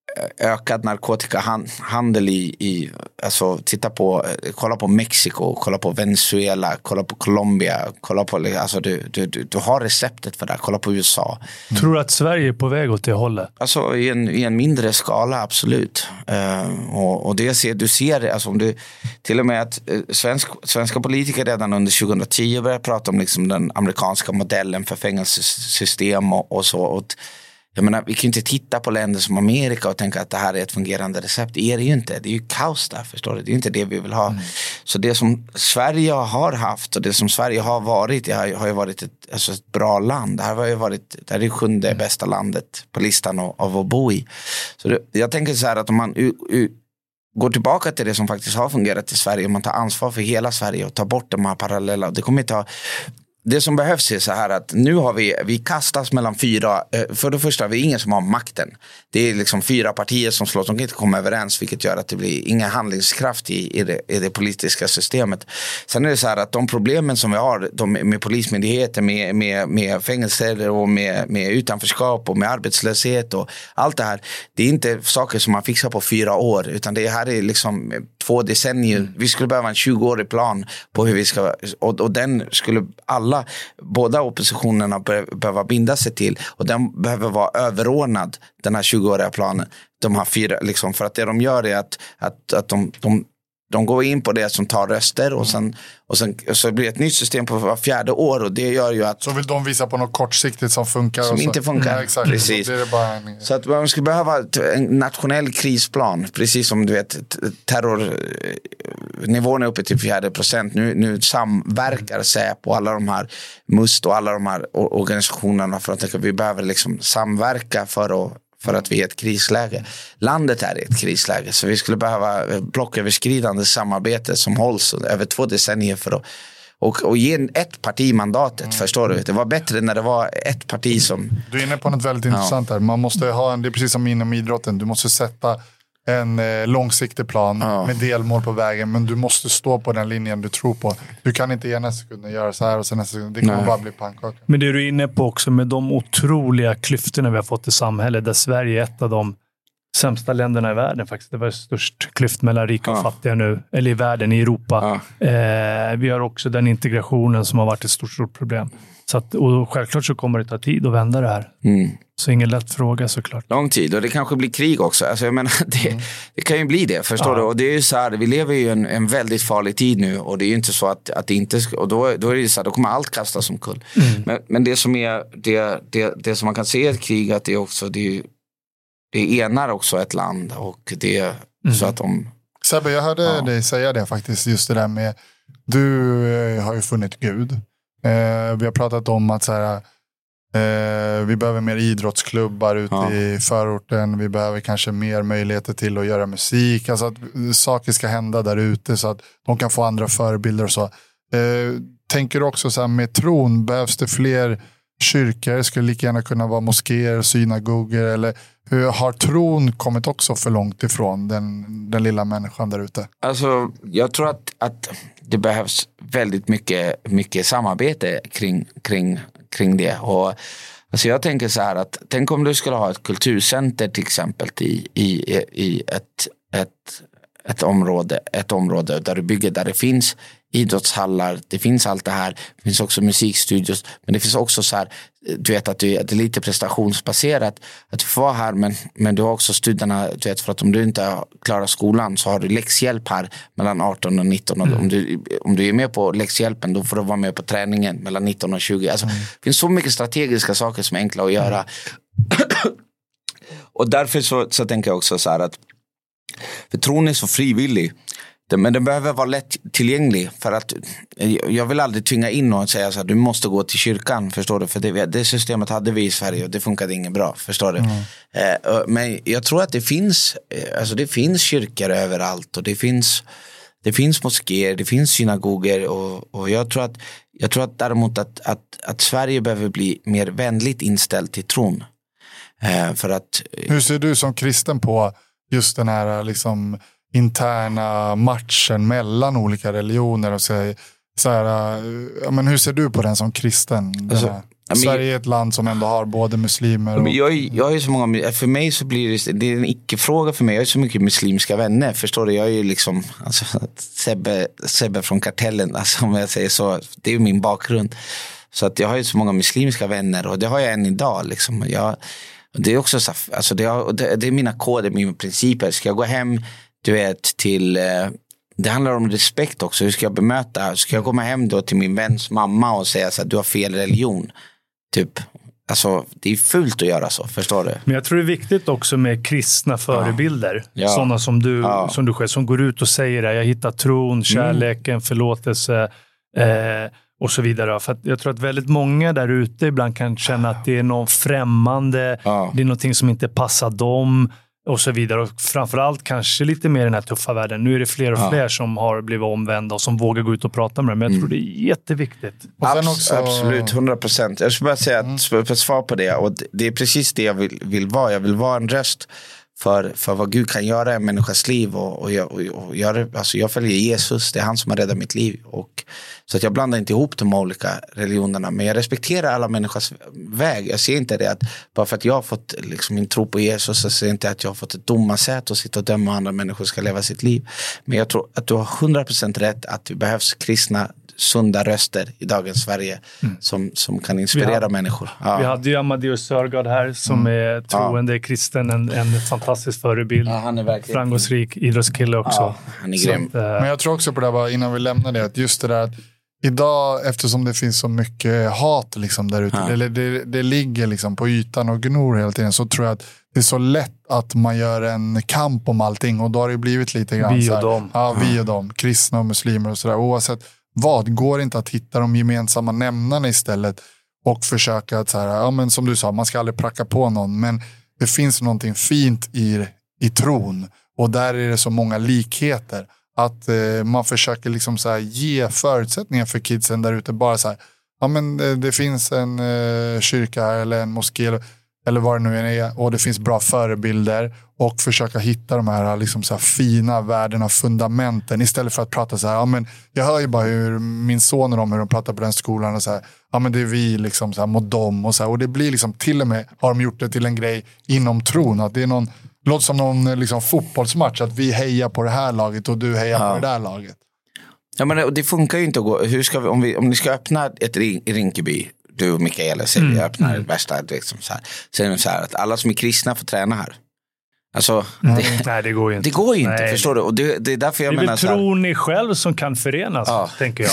ökad narkotikahandel i, i alltså titta på, kolla på Mexiko, kolla på Venezuela, kolla på Colombia, kolla på, alltså du, du, du, du har receptet för det, kolla på U S A. Mm. Tror du att Sverige är på väg åt det hållet? Alltså i en, i en mindre skala, absolut. Uh, och, och det ser, du ser, alltså om du, till och med att uh, svensk, svenska politiker redan under tjugohundratio började prata om liksom den amerikanska modellen för fängelsesystem och, och så, och jag menar, vi kan ju inte titta på länder som Amerika och tänka att det här är ett fungerande recept. Det är det ju inte. Det är ju kaos där, förstår du? Det är inte det vi vill ha. Mm. Så det som Sverige har haft och det som Sverige har varit, det har, har ju varit ett, alltså ett bra land. Det här har ju varit, det här är det sjunde mm. bästa landet på listan av, av att bo i. Så det, jag tänker så här att om man u, u, går tillbaka till det som faktiskt har fungerat i Sverige, om man tar ansvar för hela Sverige och tar bort de här parallella, det kommer inte ha. Det som behövs är så här att nu har vi, vi kastas mellan fyra, för det första har vi ingen som har makten. Det är liksom fyra partier som slåss, de kan inte komma överens, vilket gör att det blir ingen handlingskraft i, i, det, i det politiska systemet. Sen är det så här att de problemen som vi har de, med polismyndigheter, med, med, med fängelser och med, med utanförskap och med arbetslöshet och allt det här, det är inte saker som man fixar på fyra år, utan det här är liksom två decennier. Mm. Vi skulle behöva en tjugoårig plan på hur vi ska, och, och den skulle alla båda oppositionerna behöver binda sig till, och den behöver vara överordnad den här tjugoåriga planen. De här fyra, liksom, för att det de gör är att, att, att de, de, de går in på det som tar röster och sen, och sen så blir det ett nytt system på var fjärde år, och det gör ju att så vill de visa på något kortsiktigt som funkar som och så. inte funkar. Ja, exakt. Precis. Så, det är bara en... så att man skulle behöva en nationell krisplan, precis som du vet terrornivån är uppe till fjärde procent. Nu, nu samverkar Säpo och alla de här Must och alla de här organisationerna för att tänka, vi behöver liksom samverka för att för att vi är i ett krisläge. Landet är i ett krisläge, så vi skulle behöva blocköverskridande samarbete som hålls över två decennier för att och, och ge ett parti mandatet, mm. förstår du? Det var bättre när det var ett parti som... Du är inne på något väldigt intressant här. Man måste ha en, det är precis som inom idrotten, du måste sätta en eh, långsiktig plan ja. med delmål på vägen, men du måste stå på den linjen du tror på. Du kan inte ena sekunden göra så här och sen nästa sekund. Det kommer Nej. bara bli pannkaka. Men det är du inne på också med de otroliga klyftorna vi har fått i samhället, där Sverige är ett av de sämsta länderna i världen faktiskt. Det var störst klyft mellan rika och ja. fattiga nu, eller i världen, i Europa. Ja. Eh, vi har också den integrationen som har varit ett stort, stort problem. Så att, och självklart så kommer det ta tid att vända det här. Mm. Så ingen lätt fråga såklart. Lång tid, och det kanske blir krig också. Alltså jag menar, det, mm. det kan ju bli det, förstår ja. du? Och det är ju så här, vi lever ju en, en väldigt farlig tid nu, och det är ju inte så att, att det inte ska, och då, då är det ju så här, då kommer allt kastas som kull. Mm. Men, men det som är det, det, det som man kan se i ett krig, att det är också det, det enar också ett land, och det mm. så att de... Sebbe, jag hörde ja. dig säga det faktiskt, just det där med, du eh, har ju funnit Gud. Eh, vi har pratat om att så här, eh, vi behöver mer idrottsklubbar ute ja. i förorten. Vi behöver kanske mer möjligheter till att göra musik. Alltså att saker ska hända där ute så att de kan få andra förebilder och så. Eh, tänker du också så här, med tron, behövs det fler kyrkor? Skulle lika gärna kunna vara moskéer, synagogor, eller hur har tron kommit också för långt ifrån den, den lilla människan där ute? Alltså, jag tror att, att det behövs väldigt mycket, mycket samarbete kring, kring, kring det. Och, alltså jag tänker så här att, tänk om du skulle ha ett kulturcenter till exempel i, i, i ett, ett, ett, område, ett område där du bygger, där det finns idrottshallar, det finns allt det här, det finns också musikstudios, men det finns också så här, du vet att det är lite prestationsbaserat att du får vara här, men, men du har också studierna, du vet, för att om du inte klarar skolan så har du läxhjälp här mellan arton och nitton, och mm. om, du, om du är med på läxhjälpen, då får du vara med på träningen mellan nitton och tjugo, alltså mm. det finns så mycket strategiska saker som är enkla att göra. Mm. Och därför så, så tänker jag också så här att, för tron är så frivillig, men den behöver vara lätt tillgänglig, för att jag vill aldrig tvinga in någon och säga så här, du måste gå till kyrkan, förstår du, för det, det systemet hade vi i Sverige och det funkade inget bra, förstår du. Mm. Eh, men jag tror att det finns, alltså det finns kyrkor överallt, och det finns det finns moskéer, det finns synagoger och, och jag tror att jag tror att däremot att, att, att Sverige behöver bli mer vänligt inställd till tron. Eh, för att, Hur ser du som kristen på just den här liksom interna matchen mellan olika religioner och så, så här, ja, men hur ser du på den som kristen? Den alltså, här, Sverige är ett land som ändå har både muslimer och... Jag, jag är så många, för mig så blir det, det är en icke-fråga för mig. Jag har så mycket muslimska vänner, förstår du? Jag är ju liksom alltså, Sebbe, Sebbe från Kartellen, alltså, om jag säger så. Det är ju min bakgrund. Så att jag har ju så många muslimska vänner och det har jag än idag. Liksom. Jag, det är också så, alltså, det, är, det, det är mina koder, mina principer. Ska jag gå hem, du vet, till... Det handlar om respekt också. Hur ska jag bemöta? Ska jag komma hem då till min väns mamma och säga så att du har fel religion? Typ, alltså det är fult att göra så, förstår du? Men jag tror det är viktigt också med kristna förebilder. Ja. Sådana som du, ja. som du själv, som går ut och säger det. Jag hittar tron, kärleken, mm. förlåtelse eh, och så vidare. För att jag tror att väldigt många där ute ibland kan känna att det är någon främmande, ja. det är någonting som inte passar dem. Och så vidare. Och framförallt kanske lite mer i den här tuffa världen. Nu är det fler och ja. fler som har blivit omvända och som vågar gå ut och prata med dem. Men jag tror mm. det är jätteviktigt. Och sen Abs- också... Absolut, hundra procent. Jag skulle bara säga att, mm. för att svara på det. Och det, det är precis det jag vill, vill vara. Jag vill vara en röst för, för vad Gud kan göra i en människas liv. Och, och, jag, och, och jag, alltså jag följer Jesus. Det är han som har räddat mitt liv. Och, så att jag blandar inte ihop de olika religionerna. Men jag respekterar alla människors väg. Jag ser inte det att bara för att jag har fått liksom, min tro på Jesus, så ser jag inte att jag har fått ett domarsätt och sitta och döma andra människor ska leva sitt liv. Men jag tror att du har hundra procent rätt att det behövs kristna sunda röster i dagens Sverige mm. som, som kan inspirera vi hade, människor. Ja. Vi hade ju Amadeus Sörgård här som mm. är troende ja. kristen, en, en fantastisk förebild. Ja, han är verkligen framgångsrik idrottskille också. Ja, han är grym. Så, men jag tror också på det här, innan vi lämnar det, att just det där att idag, eftersom det finns så mycket hat liksom där ute, ja. det, det, det ligger liksom på ytan och gnor hela tiden, så tror jag att det är så lätt att man gör en kamp om allting, och då har det blivit lite grann vi så och här, dem. Ja, vi och dem, kristna och muslimer och sådär. Oavsett vad, går inte att hitta de gemensamma nämnarna istället och försöka att så här, ja men som du sa, man ska aldrig pracka på någon, men det finns någonting fint i, i tron, och där är det så många likheter. Att eh, man försöker liksom så här ge förutsättningar för kidsen där ute. Bara så här, ja men det, det finns en eh, kyrka eller en moské eller, eller vad det nu än är. Och det finns bra förebilder. Och försöka hitta de här, liksom så här fina värdena, fundamenten. Istället för att prata så här, ja men jag hör ju bara hur min son och de, hur de pratar på den skolan. Och så här, ja men det är vi liksom så här mot dem. Och, så här, och det blir liksom, till och med har de gjort det till en grej inom tron. Att det är någon... Låter som någon liksom, fotbollsmatch, att vi hejar på det här laget och du hejar ja. på det där laget. Ja, men det funkar ju inte att gå. Hur ska vi, om, vi, om ni ska öppna ett ring, i Rinkeby, du och Mikaela säger mm. vi öppnar mm. det värsta, liksom så här. Säger de så här att alla som är kristna får träna här. Alltså, mm. det, nej, det går ju inte. Det går ju inte, nej, förstår det, du? Och det, det är därför jag det menar så här. Det tror ni själv som kan förenas, ja. tänker jag.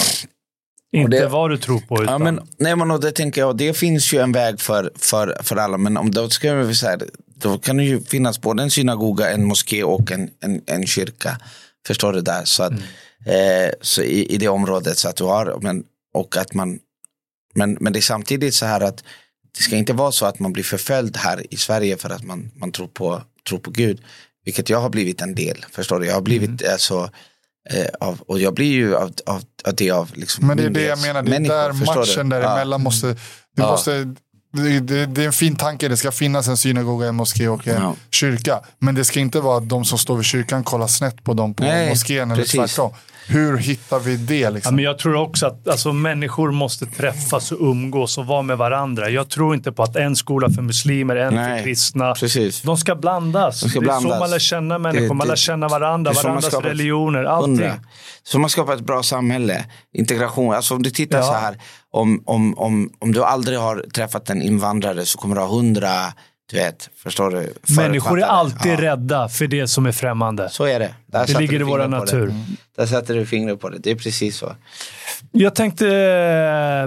Inte det, vad du tror på. Utan... Ja, men, nej, men och det tänker jag, det finns ju en väg för, för, för alla. Men om då ska vi säga, då kan det ju finnas både en synagoga, en moské och en, en, en kyrka. Förstår du där? Så, att, mm. eh, så i, i det området så att du har, men, och att man, men, men det är samtidigt så här att det ska inte vara så att man blir förföljd här i Sverige för att man, man tror, på, tror på Gud. Vilket jag har blivit en del, förstår du? Jag har blivit mm. alltså, eh, av, och jag blir ju av, av, av det av liksom. Men det är det jag menar, det är där matchen däremellan ja. måste, du ja. måste det, det, det är en fin tanke, det ska finnas en synagoga, en moské och en ja. kyrka. Men det ska inte vara att de som står vid kyrkan kollar snett på dem på Nej, moskén eller tvärtom. Hur hittar vi det liksom? Ja, men jag tror också att alltså, människor måste träffas och umgås och vara med varandra. Jag tror inte på att en skola för muslimer, en Nej, för kristna. Precis. De ska blandas. De ska det är blandas. så man lär känna människor, det, man lär känna varandra, varandras religioner, allting. Hundra. Så man skapar ett bra samhälle, integration. Alltså om du tittar ja. så här, om, om, om, om du aldrig har träffat en invandrare så kommer du ha hundra, du vet, förstår du? Människor är alltid ja. rädda för det som är främmande. Så är det. Där det ligger i vår natur. Mm. Där sätter du fingret på det. Det är precis så. Jag tänkte eh,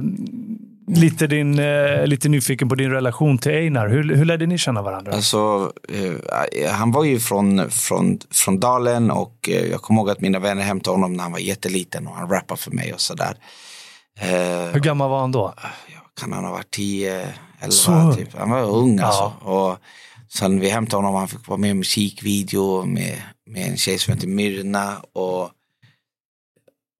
lite, din, eh, lite nyfiken på din relation till Einar. Hur, hur lärde ni känna varandra? Alltså, eh, han var ju från, från, från Dalen och eh, jag kommer ihåg att mina vänner hämtade honom när han var jätteliten och han rappade för mig och sådär. Eh, hur gammal var han då? Kan han ha varit tio, elva typ. Han var ung ja. alltså. Och sen vi hämtade honom, han fick vara med i en musikvideo med, med en tjej som heter Myrna och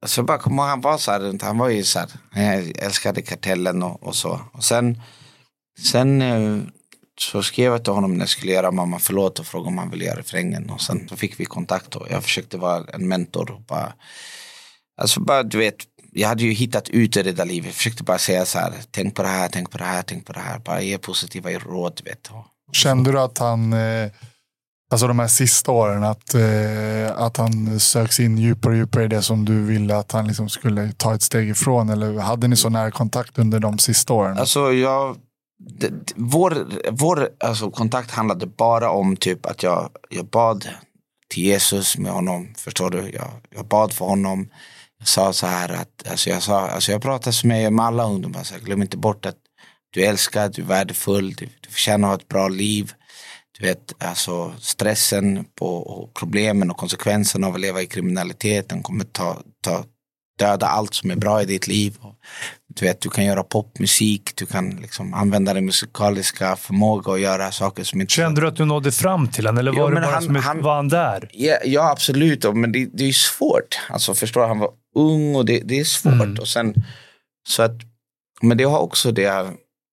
alltså bara kommer han var så här, han var ju så här, jag älskade Kartellen och, och så. Och sen, sen så skrev jag till honom när jag skulle göra Mamma förlåt och frågade om han ville göra refrängen. Och sen så fick vi kontakt och jag försökte vara en mentor och bara, alltså bara du vet, jag hade ju hittat ut i det där livet. Jag försökte bara säga så här, tänk på det här, tänk på det här, tänk på det här. Bara ge positiva råd, du vet. Kände du att han, eh, alltså de här sista åren, att, eh, att han söks in djupare och djupare i det som du ville att han liksom skulle ta ett steg ifrån? Eller hade ni så nära kontakt under de sista åren? Alltså jag, det, vår, vår alltså, kontakt handlade bara om typ att jag, jag bad till Jesus med honom, förstår du? Jag, jag bad för honom. Jag sa så här att, alltså jag sa, alltså jag pratar som jag gör med alla ungdomar, så glöm inte bort att du är älskad, du är värdefull, du, du förtjänar att ha ett bra liv. Du vet, alltså stressen på, och problemen och konsekvenserna av att leva i kriminaliteten kommer ta, ta döda allt som är bra i ditt liv. Och, du vet, du kan göra popmusik, du kan liksom använda din musikaliska förmåga och göra saker som inte... Kände du att du nådde fram till han, eller var jo, det bara han, som ett, han, var han där? Ja, ja absolut, men det, det är svårt. Alltså förstår du, han var ung och det, det är svårt. Mm. Och sen, så att, men det har också det...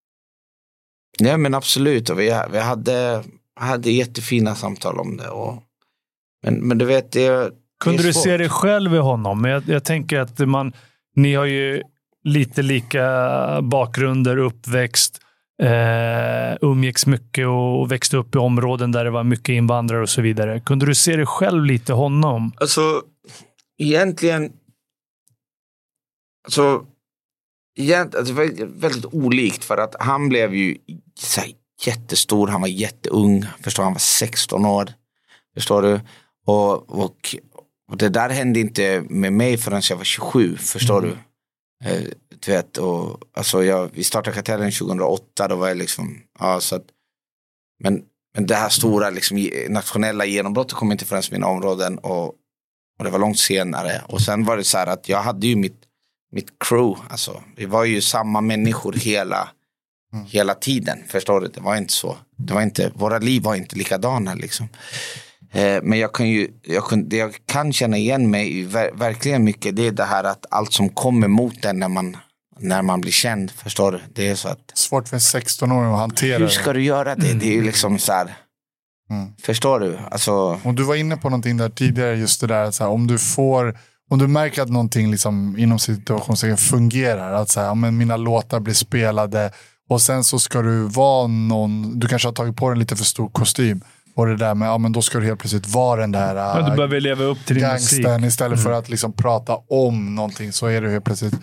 Ja, men absolut. Och vi, vi hade, hade jättefina samtal om det. Och, men, men du vet, det, kunde det är du se dig själv i honom? Jag, jag tänker att man, ni har ju lite lika bakgrunder, uppväxt, eh, umgicks mycket och växte upp i områden där det var mycket invandrare och så vidare. Kunde du se dig själv lite honom? Alltså, egentligen... Alltså... Egentligen, det var väldigt olikt för att han blev ju så här, jättestor, han var jätteung, förstår han var sexton år, förstår du, och, och, och det där hände inte med mig förrän jag var tjugosju, förstår mm. du eh, du vet, och alltså jag, vi startade Kartellen tjugohundraåtta, då var jag liksom, ja så att, men, men det här stora liksom nationella genombrottet kom inte förrän mina områden och, och det var långt senare, och sen var det så här att jag hade ju mitt mitt crew, alltså vi var ju samma människor hela mm. hela tiden, förstår du, det var inte så, det var inte, våra liv var inte likadana liksom, eh, men jag kan ju jag kan, det jag kan känna igen mig ver, verkligen mycket, det är det här att allt som kommer mot en när man när man blir känd, förstår du, det är så att svårt för en sexton-åring att hantera. Hur ska du göra det? Mm. Det är ju liksom så här, mm. förstår du, alltså. Och du var inne på någonting där tidigare, just det där så här, om du får om du märker att någonting liksom inom situationen fungerar, att så här, ja, men mina låtar blir spelade och sen så ska du vara någon, du kanske har tagit på en lite för stor kostym och det där med, ja men då ska du helt plötsligt vara den där ja, du behöver leva upp till din musik. Istället mm. för att liksom prata om någonting, så är du helt plötsligt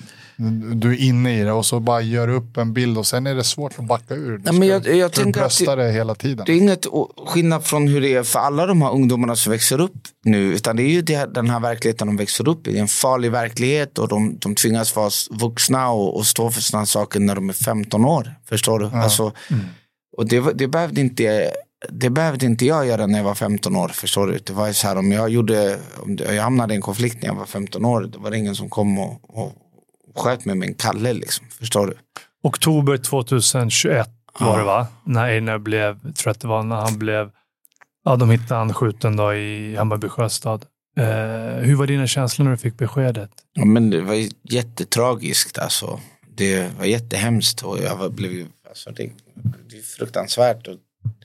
du är inne i det och så bara gör upp en bild och sen är det svårt att backa ur. Ja, men jag, jag tänker att det, det hela tiden. Det är inget skillnad från hur det är för alla de här ungdomarna som växer upp nu, utan det är ju det, den här verkligheten de växer upp i. Det är en farlig verklighet och de, de tvingas vara vuxna och, och stå för sådana saker när de är femton år, förstår du? Ja. Alltså, mm. Och det, det behövde inte det behövde inte jag göra när jag var femton år, förstår du? Det var så här, om jag gjorde om jag hamnade i en konflikt när jag var femton år, det var ingen som kom och, och sköt mig med en kalle liksom, förstår du? Oktober tjugohundratjugoett var ja. det va? När Einar blev, tror att det var när han blev, ja de hittade han skjuten då i Hammarby Sjöstad. Eh, hur var dina känslor när du fick beskedet? Ja men det var jättetragiskt alltså. Det var jättehemskt och jag blev alltså det, det är fruktansvärt och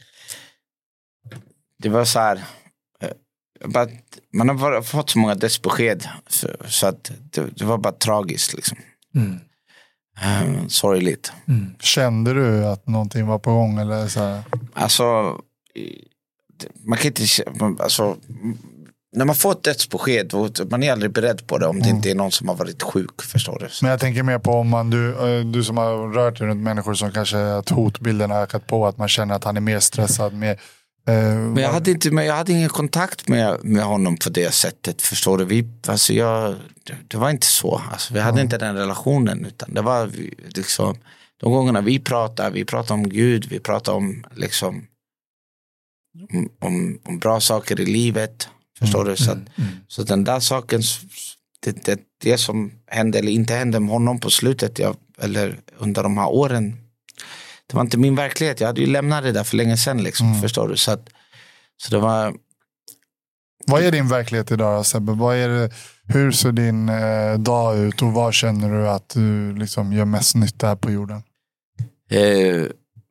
det var så här bara, man har bara fått så många dödsbesked så, så att det, det var bara tragiskt liksom. Mm. Um, sorgligt. Mm. Kände du att någonting var på gång eller så här? Alltså man kan inte alltså, när man får ett dödsbesked man är aldrig beredd på det om mm. det inte är någon som har varit sjuk, förstår du. Men jag tänker mer på om man du, du som har rört dig runt människor som kanske att hotbilden har ökat på, att man känner att han är mer stressad med. Men jag hade inte men jag hade ingen kontakt med, med honom på det sättet, förstår du. Vi, alltså jag, det, det var inte så. Alltså, vi hade mm. inte den relationen, utan det var liksom, de gångerna vi pratade, vi pratade om Gud, vi pratade om liksom om, om, om bra saker i livet, förstår mm. du. Så, att, mm. så den där saken, det, det, det som hände eller inte hände med honom på slutet, jag, eller under de här åren, det var inte min verklighet. Jag hade ju lämnat det där för länge sedan liksom, mm. förstår du. Så, att, så det var Vad är din verklighet idag, Sebbe? Vad är det, hur ser din eh, dag ut och vad känner du att du liksom gör mest nytta här på jorden? Eh,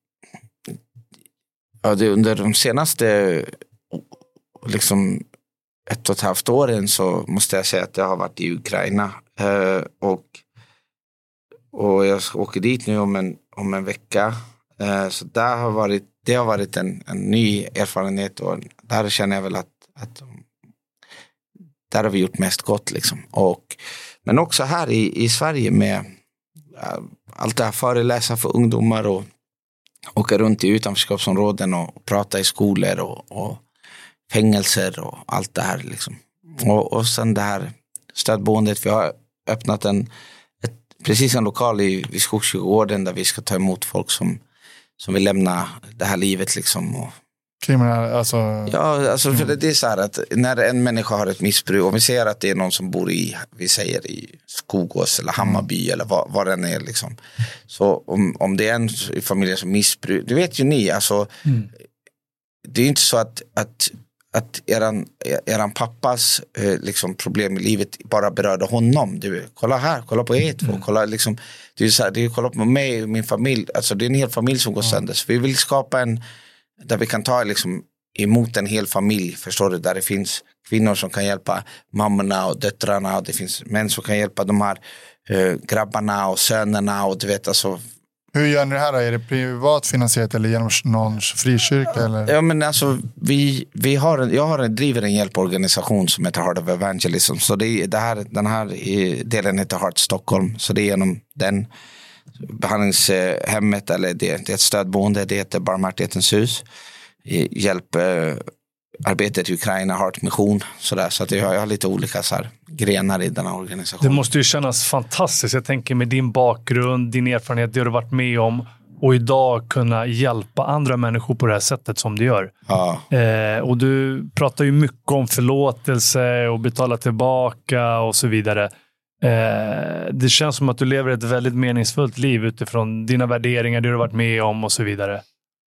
ja, det, under de senaste liksom ett och ett halvt åren så måste jag säga att jag har varit i Ukraina. Eh, och, och jag åker dit nu om en, om en vecka. Eh, så där har varit, det har varit en, en ny erfarenhet och där känner jag väl att, att där har vi gjort mest gott liksom. Och, men också här i, i Sverige med äh, allt det här föreläsa för ungdomar och åka runt i utanförskapsområden och, och prata i skolor och, och fängelser och allt det här liksom. Och, och sen det här stödboendet, vi har öppnat en ett, precis en lokal i, i Skogskyrkogården där vi ska ta emot folk som, som vill lämna det här livet liksom och kriminell, alltså... Ja, alltså för det är så här att när en människa har ett missbruk och vi ser att det är någon som bor i, vi säger i Skogås eller Hammarby mm. eller vad, vad den är liksom. Så om, om det är en familj som missbruk, det vet ju ni, alltså mm. det är ju inte så att, att, att eran, eran pappas eh, liksom problem i livet bara berörde honom. Du, kolla här, kolla på er två, mm. kolla liksom, det är så här, det är kolla på mig och min familj, alltså det är en hel familj som går mm. sönder. Så vi vill skapa en där vi kan ta liksom emot en hel familj, förstår du, där det finns kvinnor som kan hjälpa mammorna och döttrarna och det finns män som kan hjälpa de här eh, grabbarna och sönerna och du vet alltså. Hur gör ni det här då? Är det privat finansierat eller genom någon frikyrka eller? Ja men alltså vi, vi har en, jag har en, driver en hjälporganisation som heter Heart of Evangelism, så det, är, det här, den här delen heter Heart Stockholm, så det är genom den behandlingshemmet eller det, det är ett stödboende, det heter Barmhärtighetens hus, hjälp eh, arbetet i Ukraina, Heart Mission sådär, så att jag, jag har lite olika så här, grenar i den här organisationen. Det måste ju kännas fantastiskt, jag tänker med din bakgrund, din erfarenhet, det du har varit med om och idag kunna hjälpa andra människor på det här sättet som du gör. Ja. Eh, och du pratar ju mycket om förlåtelse och betala tillbaka och så vidare. Eh, det känns som att du lever ett väldigt meningsfullt liv utifrån dina värderingar, det du har varit med om och så vidare.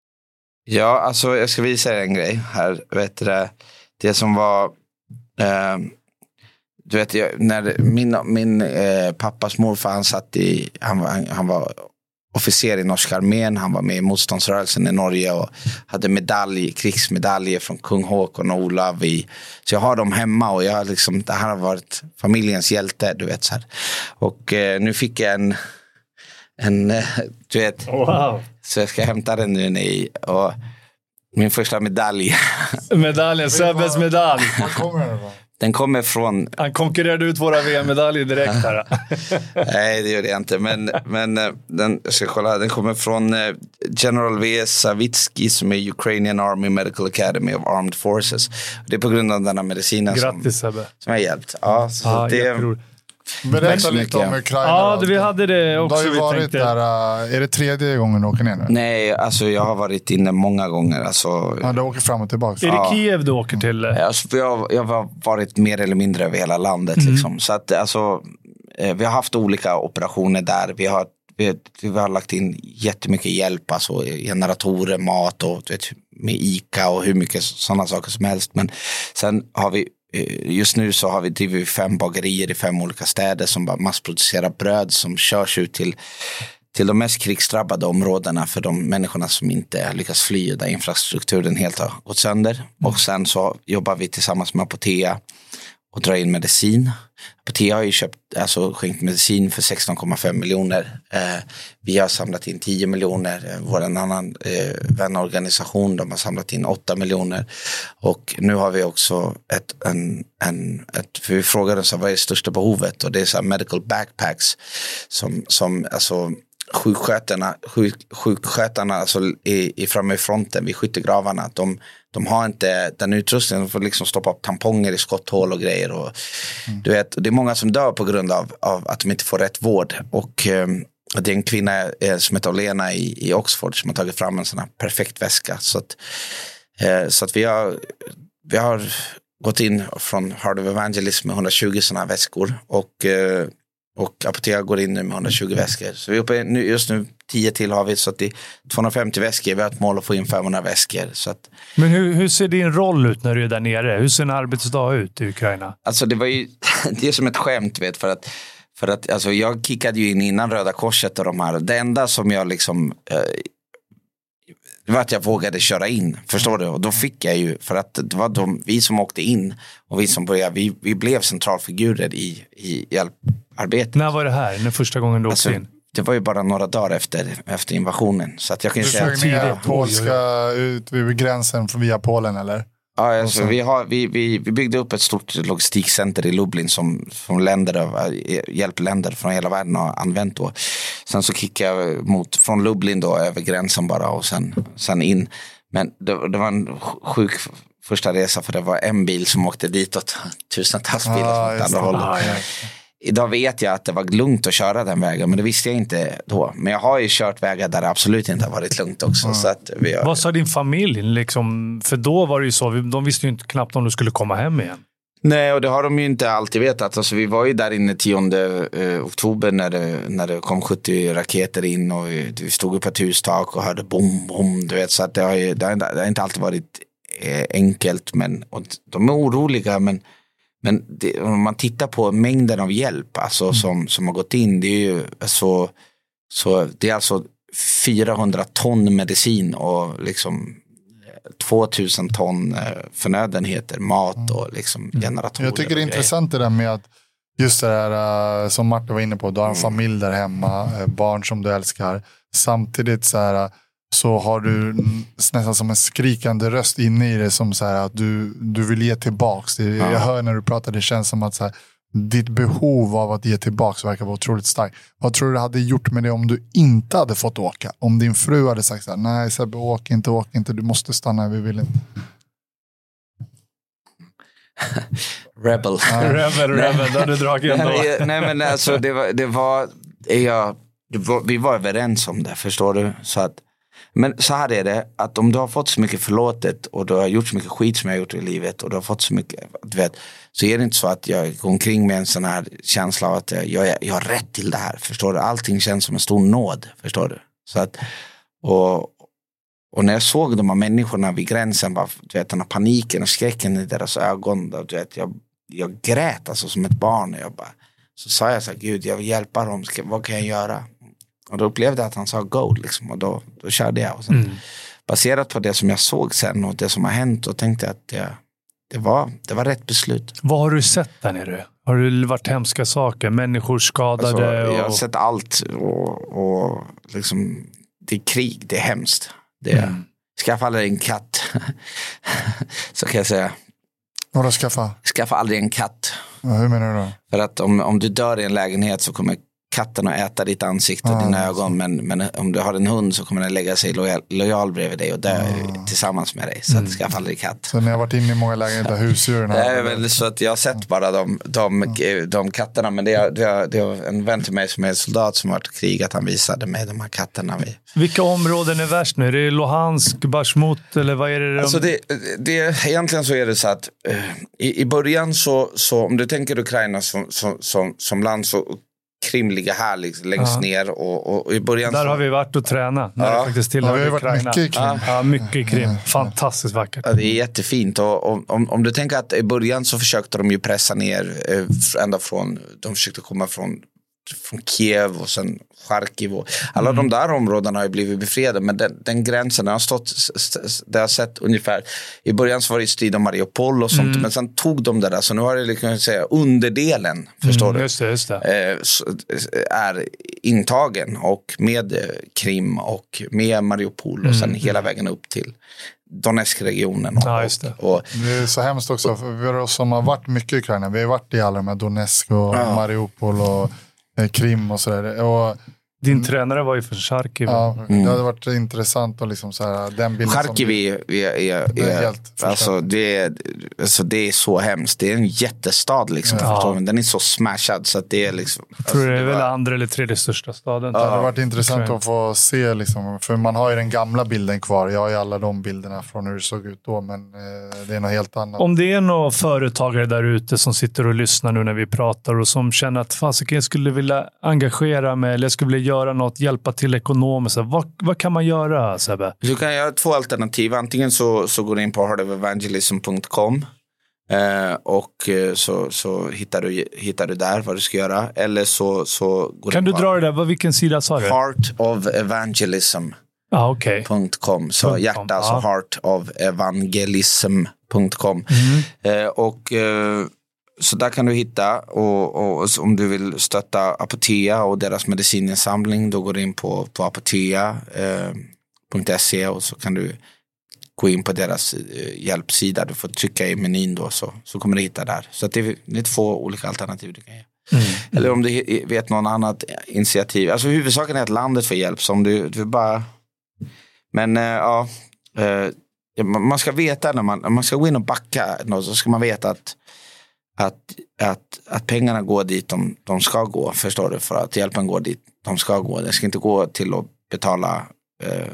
Ja, alltså jag ska visa dig en grej här. Vet du, det, det som var eh, du vet, jag, när min, min eh, pappas morfar, han satt i han var, han var officer i norska armén, han var med i motståndsrörelsen i Norge och hade medalj, krigsmedaljer från kung Håkon och Olav i, så jag har dem hemma och jag liksom, det här har varit familjens hjälte, du vet så här. Och eh, nu fick jag en en, du vet, wow. Så jag ska hämta den nu i, och min första medalj. Medaljen, Sebbes medalj. Var kommer den ifrån? Den kommer från... Han konkurrerade ut våra V M-medaljer direkt här. Nej, det gör det inte. Men, men den, jag ska kolla, den kommer från General V S Savitsky som är Ukrainian Army Medical Academy of Armed Forces. Det är på grund av denna medicinen Grattis, som, Sebbe. som har hjälpt. Ja, så ah, det, berätta lite om Ukraina. Ja, det, vi hade det också. Du har ju varit tänkte... där, är det tredje gången du åker ner nu? Nej, alltså jag har varit inne många gånger. Alltså, ja, du åker fram och tillbaka. Är det Kiev du åker till? Alltså, jag, jag har varit mer eller mindre över hela landet. Mm. Liksom. Så att, alltså, vi har haft olika operationer där. Vi har, vi, vi har lagt in jättemycket hjälp. Alltså generatorer, mat och du vet, med ICA och hur mycket sådana saker som helst. Men sen har vi just nu så har vi driver fem bagerier i fem olika städer som bara massproducerar bröd som körs ut till, till de mest krigsdrabbade områdena för de människorna som inte lyckas fly där infrastrukturen helt har gått sönder. Mm. Och sen så jobbar vi tillsammans med Apotea och drar in medicin. Apotea har ju köpt, alltså skänkt medicin för sexton komma fem miljoner. Eh, vi har samlat in tio miljoner. Vår annan eh, vänorganisation, de har samlat in åtta miljoner. Och nu har vi också ett, en, en, ett för vi frågade oss vad är det största behovet, och det är så här medical backpacks som, som alltså sjukskötarna, sjuk, sjukskötarna alltså i, i framme i fronten vid skyttegravarna, att de, de har inte den utrustningen, de får liksom stoppa upp tamponger i skotthål och grejer och mm. du vet, det är många som dör på grund av, av att de inte får rätt vård. Och eh, det är en kvinna eh, som heter Olena i, i Oxford som har tagit fram en sån här perfekt väska, så att, eh, så att vi har vi har gått in från Heart of Evangelism med hundratjugo såna här väskor, och eh, Och Apotea går in nu med hundratjugo väskor. Så vi är uppe nu, just nu tio till har vi, så att det är tvåhundrafemtio väskor. Vi har ett mål att få in femhundra väskor. Så att... Men hur, hur ser din roll ut när du är där nere? Hur ser en arbetsdag ut i Ukraina? Alltså det var ju, det är som ett skämt, vet, för att, för att alltså, jag kickade ju in innan Röda Korset och de här. Det enda som jag liksom... Eh, det var att jag vågade köra in, förstår du? Och då fick jag ju, för att det var de, vi som åkte in och vi som började, vi, vi blev centralfigurer i, i hjälparbetet. När var det här? När första gången du åkte alltså, in? Det var ju bara några dagar efter, efter invasionen. Så att jag kan du säga flög ner polska ut vid gränsen via Polen, eller? Ja, alltså, vi, har, vi, vi, vi byggde upp ett stort logistikcenter i Lublin som, som länder, hjälpländer från hela världen har använt då. Sen så kickade jag mot, från Lublin då över gränsen bara och sen, sen in. Men det, det var en sjuk första resa, för det var en bil som åkte ditåt. Tusentals bilar ah, som åt andra hållet. Idag vet jag att det var lugnt att köra den vägen, men det visste jag inte då. Men jag har ju kört vägar där det absolut inte har varit lugnt också. Mm. Så att vi har... Vad sa din familj? Liksom, för då var det ju så, de visste ju inte knappt om du skulle komma hem igen. Nej, och det har de ju inte alltid vetat. Alltså, vi var ju där inne tionde eh, oktober när det, när det kom sjuttio raketer in och vi, vi stod upp på ett hustak och hörde bom, bom, du vet. Så att det, har ju, det, har, det har inte alltid varit eh, enkelt, men och de är oroliga, men Men det, om man tittar på mängden av hjälp alltså, mm. som, som har gått in, det är ju så, så det är alltså fyrahundra ton medicin och liksom tvåtusen ton förnödenheter, mat och liksom generatorer. Jag tycker det är intressant det där med att just det här som Martin var inne på, du har en familj där hemma, barn som du älskar, samtidigt så här så har du nästan som en skrikande röst inne i det som så här att du, du vill ge tillbaks. Det, ja. Jag hör när du pratar, det känns som att så här, ditt behov av att ge tillbaks verkar vara otroligt starkt. Vad tror du det hade gjort med det om du inte hade fått åka? Om din fru hade sagt så här, nej Sebbe, åk inte, åk inte, du måste stanna, vi vill inte. Rebel. Ja. Rebel, rebel, då har du dragit ändå. Nej, nej men alltså det var, det var, jag, det var vi var överens om det, förstår du? Så att men så här är det, att om du har fått så mycket förlåtet och du har gjort så mycket skit som jag har gjort i livet och du har fått så mycket, du vet, så är det inte så att jag går omkring med en sån här känsla av att jag, jag har rätt till det här, förstår du? Allting känns som en stor nåd, förstår du? Så att, och, och när jag såg de här människorna vid gränsen, bara, du vet, den här paniken och skräcken i deras ögon, då, du vet, jag, jag grät alltså som ett barn. Jag bara, så sa jag så här, Gud, jag vill hjälpa dem, ska, vad kan jag göra? Och då upplevde jag att han sa go liksom, och då, då körde jag. Och sen, mm. baserat på det som jag såg sen och det som har hänt, och tänkte att det, det, var, det var rätt beslut. Vad har du sett där nere? Har det varit hemska saker? Människor skadade? Alltså, och... Jag har sett allt och, och liksom, det är krig, det är hemskt. Det är, mm. Skaffa aldrig en katt. Så kan jag säga. Vadå skaffa? Skaffa aldrig en katt. Ja, hur menar du då? För att om, om du dör i en lägenhet så kommer katten att äta ditt ansikte och ah, dina ögon, men, men om du har en hund så kommer den lägga sig lojal, lojal bredvid dig och dö ah. tillsammans med dig, så mm. att skaffa aldrig katt. Så ni har varit inne i många lägenheter husdjuren här? Det är väl så att jag har sett bara de, de, de, de katterna, men det är, det, är, det är en vän till mig som är en soldat som har varit krigat, han visade mig de här katterna. Vi. Vilka områden är värst nu? Är det Luhansk, Bashmut eller vad är det? De... Alltså det, det, egentligen så är det så att uh, i, i början så, så om du tänker Ukraina som, som, som, som land, så Krim ligger här liksom, längst ja. ner och, och, och i början där så... har vi varit och tränat när ja. det faktiskt tillhör ja, Ukraina. Mycket i Krim. Ja. ja, mycket i Krim. Fantastiskt vackert. Ja, det är jättefint, och, och om, om du tänker att i början så försökte de ju pressa ner eh, ända från, de försökte komma från från Kiev och sen Charkiv och alla mm. de där områdena har ju blivit befriade, men den, den gränsen har stått, det har sett ungefär, i början så var det strid om Mariupol och sånt, mm. men sen tog de det där, så nu har det liksom, säga, underdelen, förstår mm, du, just det, just det. Eh, är intagen, och med Krim och med Mariupol och mm. sen hela vägen upp till Donetsk-regionen. Och, ja, just det. Och, det är så hemskt också, för vi har som har varit mycket i Ukraina, vi har varit i alla de här Donetsk och ja. Mariupol och Krim och sådär. Och Din Mm. tränare var ju från Charkiv. Ja, Mm. det hade varit intressant att liksom så här, den bilden Charkiv är, är, är, Det är är, helt alltså, det är, alltså det är så hemskt. Det är en jättestad liksom. Ja. Förstår du? Den är så smashad så att det är liksom... Jag tror alltså, det är väl var- andra eller tredje största staden. Det hade Ja, varit intressant tror jag. att få se, liksom, för man har ju den gamla bilden kvar. Jag har ju alla de bilderna från hur det såg ut då, men eh, det är något helt annat. Om det är några företagare där ute som sitter och lyssnar nu när vi pratar och som känner att fasiken, jag skulle vilja engagera mig eller jag skulle vilja göra något, hjälpa till ekonomiskt. Vad, vad kan man göra, Sebbe? Du kan göra två alternativ. Antingen så, så går du in på heart of evangelism punkt com eh, och eh, så, så hittar, du, hittar du där vad du ska göra. Eller så, så går Kan du du på dra det där? Vad- Vilken sida sa du? heart of evangelism Ja, ah, okej. punkt com. Så Punkt hjärta, com, alltså ja. heart of evangelism punkt com. Mm. Eh, och eh, så där kan du hitta och, och, och om du vill stötta Apotea och deras medicininsamling, då går du in på, på apotea punkt se och så kan du gå in på deras eh, hjälpsida. Du får trycka i menyn då så, så kommer du hitta där. Så att det, är, det är två olika alternativ du kan ge. Mm. Eller om du he- vet någon annat initiativ. Alltså huvudsaken är att landet får hjälp. Så om du, du bara... Men eh, ja, eh, man ska veta när man, när man ska gå in och backa något, så ska man veta att Att, att, att pengarna går dit de, de ska gå, förstår du? För att hjälpen går dit de ska gå. Det ska inte gå till att betala eh,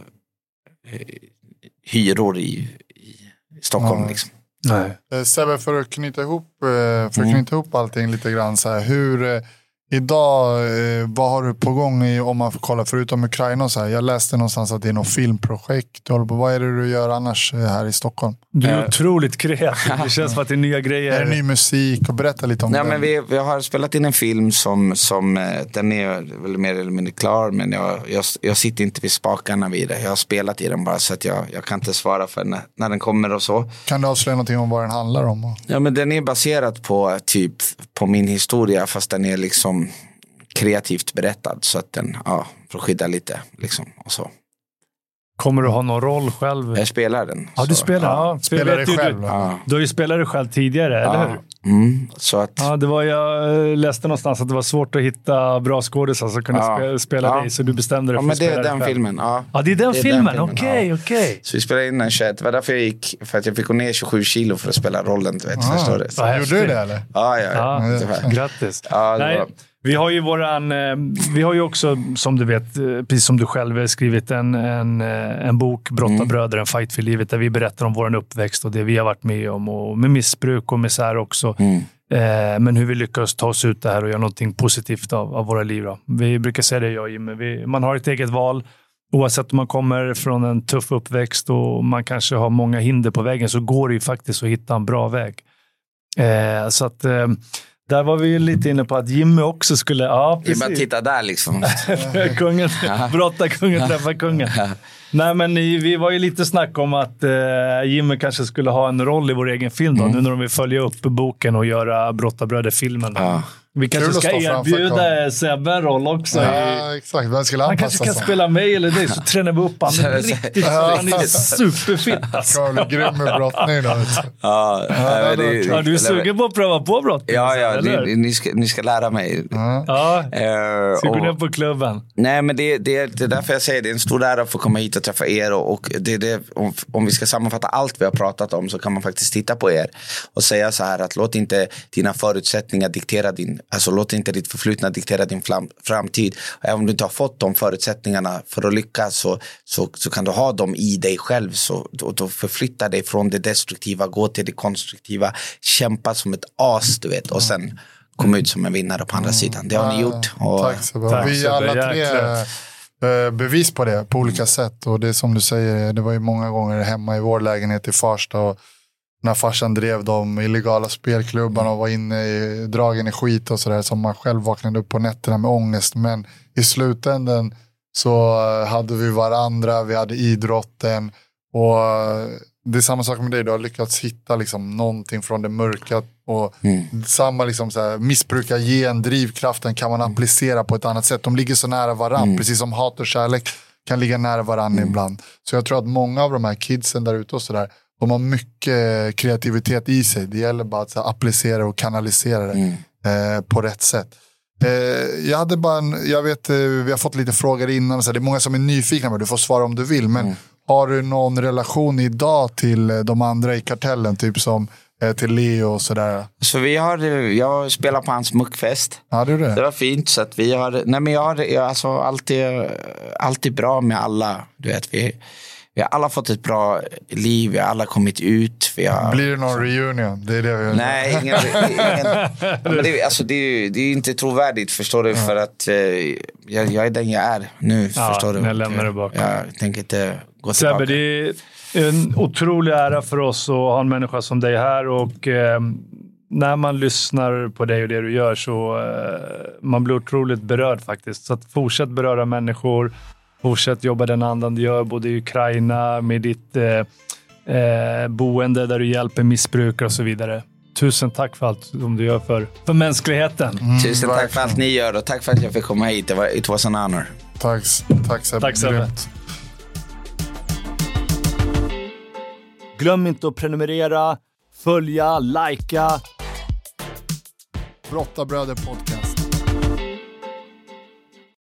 hyror i, i Stockholm. Ja. Liksom. Nej. Eh, Sebbe, för att knyta ihop, eh, för att Mm. knyta ihop allting lite grann så här, hur eh, idag, eh, vad har du på gång i, om man får kolla förutom Ukraina och så här? Jag läste någonstans att det är något filmprojekt. Du håller på, vad är det du gör annars eh, här i Stockholm? Du är Eh. otroligt kreativ. Det känns som att det är nya grejer. Är det ny musik? Och berätta lite om Nej, den. men vi, vi har spelat in en film som, som eh, den är väl mer eller mindre klar, men jag, jag, jag sitter inte vid spakarna vid det. Jag har spelat i den bara så att jag, jag kan inte svara för när, när den kommer och så. Kan du avslöja någonting om vad den handlar om? Ja, men den är baserad på typ på min historia, fast den är liksom kreativt berättad så att den, ja, för att skydda lite liksom och så. Kommer du ha någon roll själv? Jag spelar den. Ja, du så, spelar. Ja. Ja. Spelar Jag dig vet ju, själv? Du, Ja. du har ju spelat dig själv tidigare, eller hur? Ja. Mm, så att... Ja, det var, jag läste någonstans att det var svårt att hitta bra skådisar som kunde Ja. spe, spela Ja. dig, så du bestämde dig Ja, för men att det spela är dig den själv. filmen. Ja. Ja, det är den Det är filmen. den filmen, Okej, ja. okej. Så vi spelade in den tjugoett. Det var därför jag gick, för att jag fick gå ner tjugosju kilo för att spela rollen, du vet. Ah. Förstår du? Så, Vad Gjorde häftigt. du det eller? ja, ja, ja. Ja, Det var- grattis. Ja, det Nej, var- vi har ju våran, eh, vi har ju också, som du vet, eh, precis som du själv har skrivit en, en, eh, en bok, Brottarbröder, en fight för livet, där vi berättar om vår uppväxt och det vi har varit med om, och med missbruk och misär också. Mm. Eh, men hur vi lyckas ta oss ut det här och göra någonting positivt av, av våra liv. Då. Vi brukar säga det, jag och Jimmy. Vi, man har ett eget val. Oavsett om man kommer från en tuff uppväxt och man kanske har många hinder på vägen, så går det ju faktiskt att hitta en bra väg. Eh, så att eh, där var vi lite inne på att Jimmy också skulle... Ja, Det är bara att precis. titta där liksom. kungen, brottarkungen träffar kungen. Nej, men i- vi var ju lite snack om att eh, Jimmy kanske skulle ha en roll i vår egen film då, Mm. nu när de vill följa upp boken och göra Brottarbröder-filmen. Ja. Vi kanske Kul att ska stå framför erbjuda kameran. Sebbe en roll också. I, Ja, exakt. Vem skulle han han kanske passa kan som? spela mig eller dig, så tränar vi upp han. Så- Riktigt, Ja. han är superfit alltså. Ska bli grym med brottning då. vet du. Ja, nej, men det- Ja, du är sugen på att pröva på brott? Ja, ja, eller? ni, ni, ska, ni ska lära mig. Ja. Ja, Eh, ska gå och- ner på klubben. Nej, men det, det, det är därför jag säger det är en stor ära att få komma hit och träffa er. Och, och det, det, om, om vi ska sammanfatta allt vi har pratat om, så kan man faktiskt titta på er och säga så här att låt inte dina förutsättningar diktera din, alltså låt inte ditt förflutna diktera din fram, framtid. Och även om du inte har fått de förutsättningarna för att lyckas, så, så, så kan du ha dem i dig själv. Så då, då förflytta dig från det destruktiva, gå till det konstruktiva, kämpa som ett as, du vet, och sen kom ut som en vinnare på andra sidan. Det har ni gjort. Och, Tack så bra. Tack Vi så är alla bra. tre Jäklar. eh, bevis på det på olika sätt. Och det är som du säger, det var ju många gånger hemma i vår lägenhet i Farsta, och när farsan drev de illegala spelklubbarna och var inne i dragen i skit och sådär, som man själv vaknade upp på nätterna med ångest. Men i slutändan så eh, hade vi varandra, vi hade idrotten, och eh, det är samma sak med dig. Du har lyckats hitta liksom någonting från det mörka, och Mm. samma liksom så här, missbruka gen, drivkraften kan man applicera på ett annat sätt. De ligger så nära varann, Mm. precis som hat och kärlek kan ligga nära varann Mm. ibland. Så jag tror att många av de här kidsen där ute och sådär, de har mycket kreativitet i sig. Det gäller bara att så här, applicera och kanalisera det Mm. eh, på rätt sätt. Eh, jag hade bara en, jag vet, eh, vi har fått lite frågor innan. Så det är många som är nyfikna, men du får svara om du vill. Men mm. har du någon relation idag till eh, de andra i Kartellen? Typ som eh, till Leo och sådär. Så vi har, jag spelar på hans muckfest. Ja, det, det. det var fint. Så att vi har, nej men jag har jag, alltså, alltid, alltid bra med alla. Du vet, vi... Vi har alla fått ett bra liv, vi har alla kommit ut. Vi har... Blir det någon reunion? Det är det vi har. Nej, ingen, ingen... men det, alltså, det, är, det är inte trovärdigt, förstår du? Ja. För att eh, jag, jag är den jag är nu, ja, förstår du? Jag lämnar det bakom. Jag tänker inte gå Sebbe, tillbaka. Det är en otrolig ära för oss att ha en människa som dig här. Och eh, när man lyssnar på dig och det du gör så eh, man blir otroligt berörd faktiskt. Så att fortsätt beröra människor. Fortsätt jobba den andan du gör både i Ukraina med ditt eh, eh, boende där du hjälper missbrukare och så vidare. Tusen tack för allt som du gör för, för mänskligheten. Mm, Tusen tack verkligen. För allt ni gör och tack för att jag fick komma hit. Det var, it was an honor. Tack, tack Sebbe. Tack Sebbe. Glöm inte att prenumerera, följa, likea. Brottabröder podcast.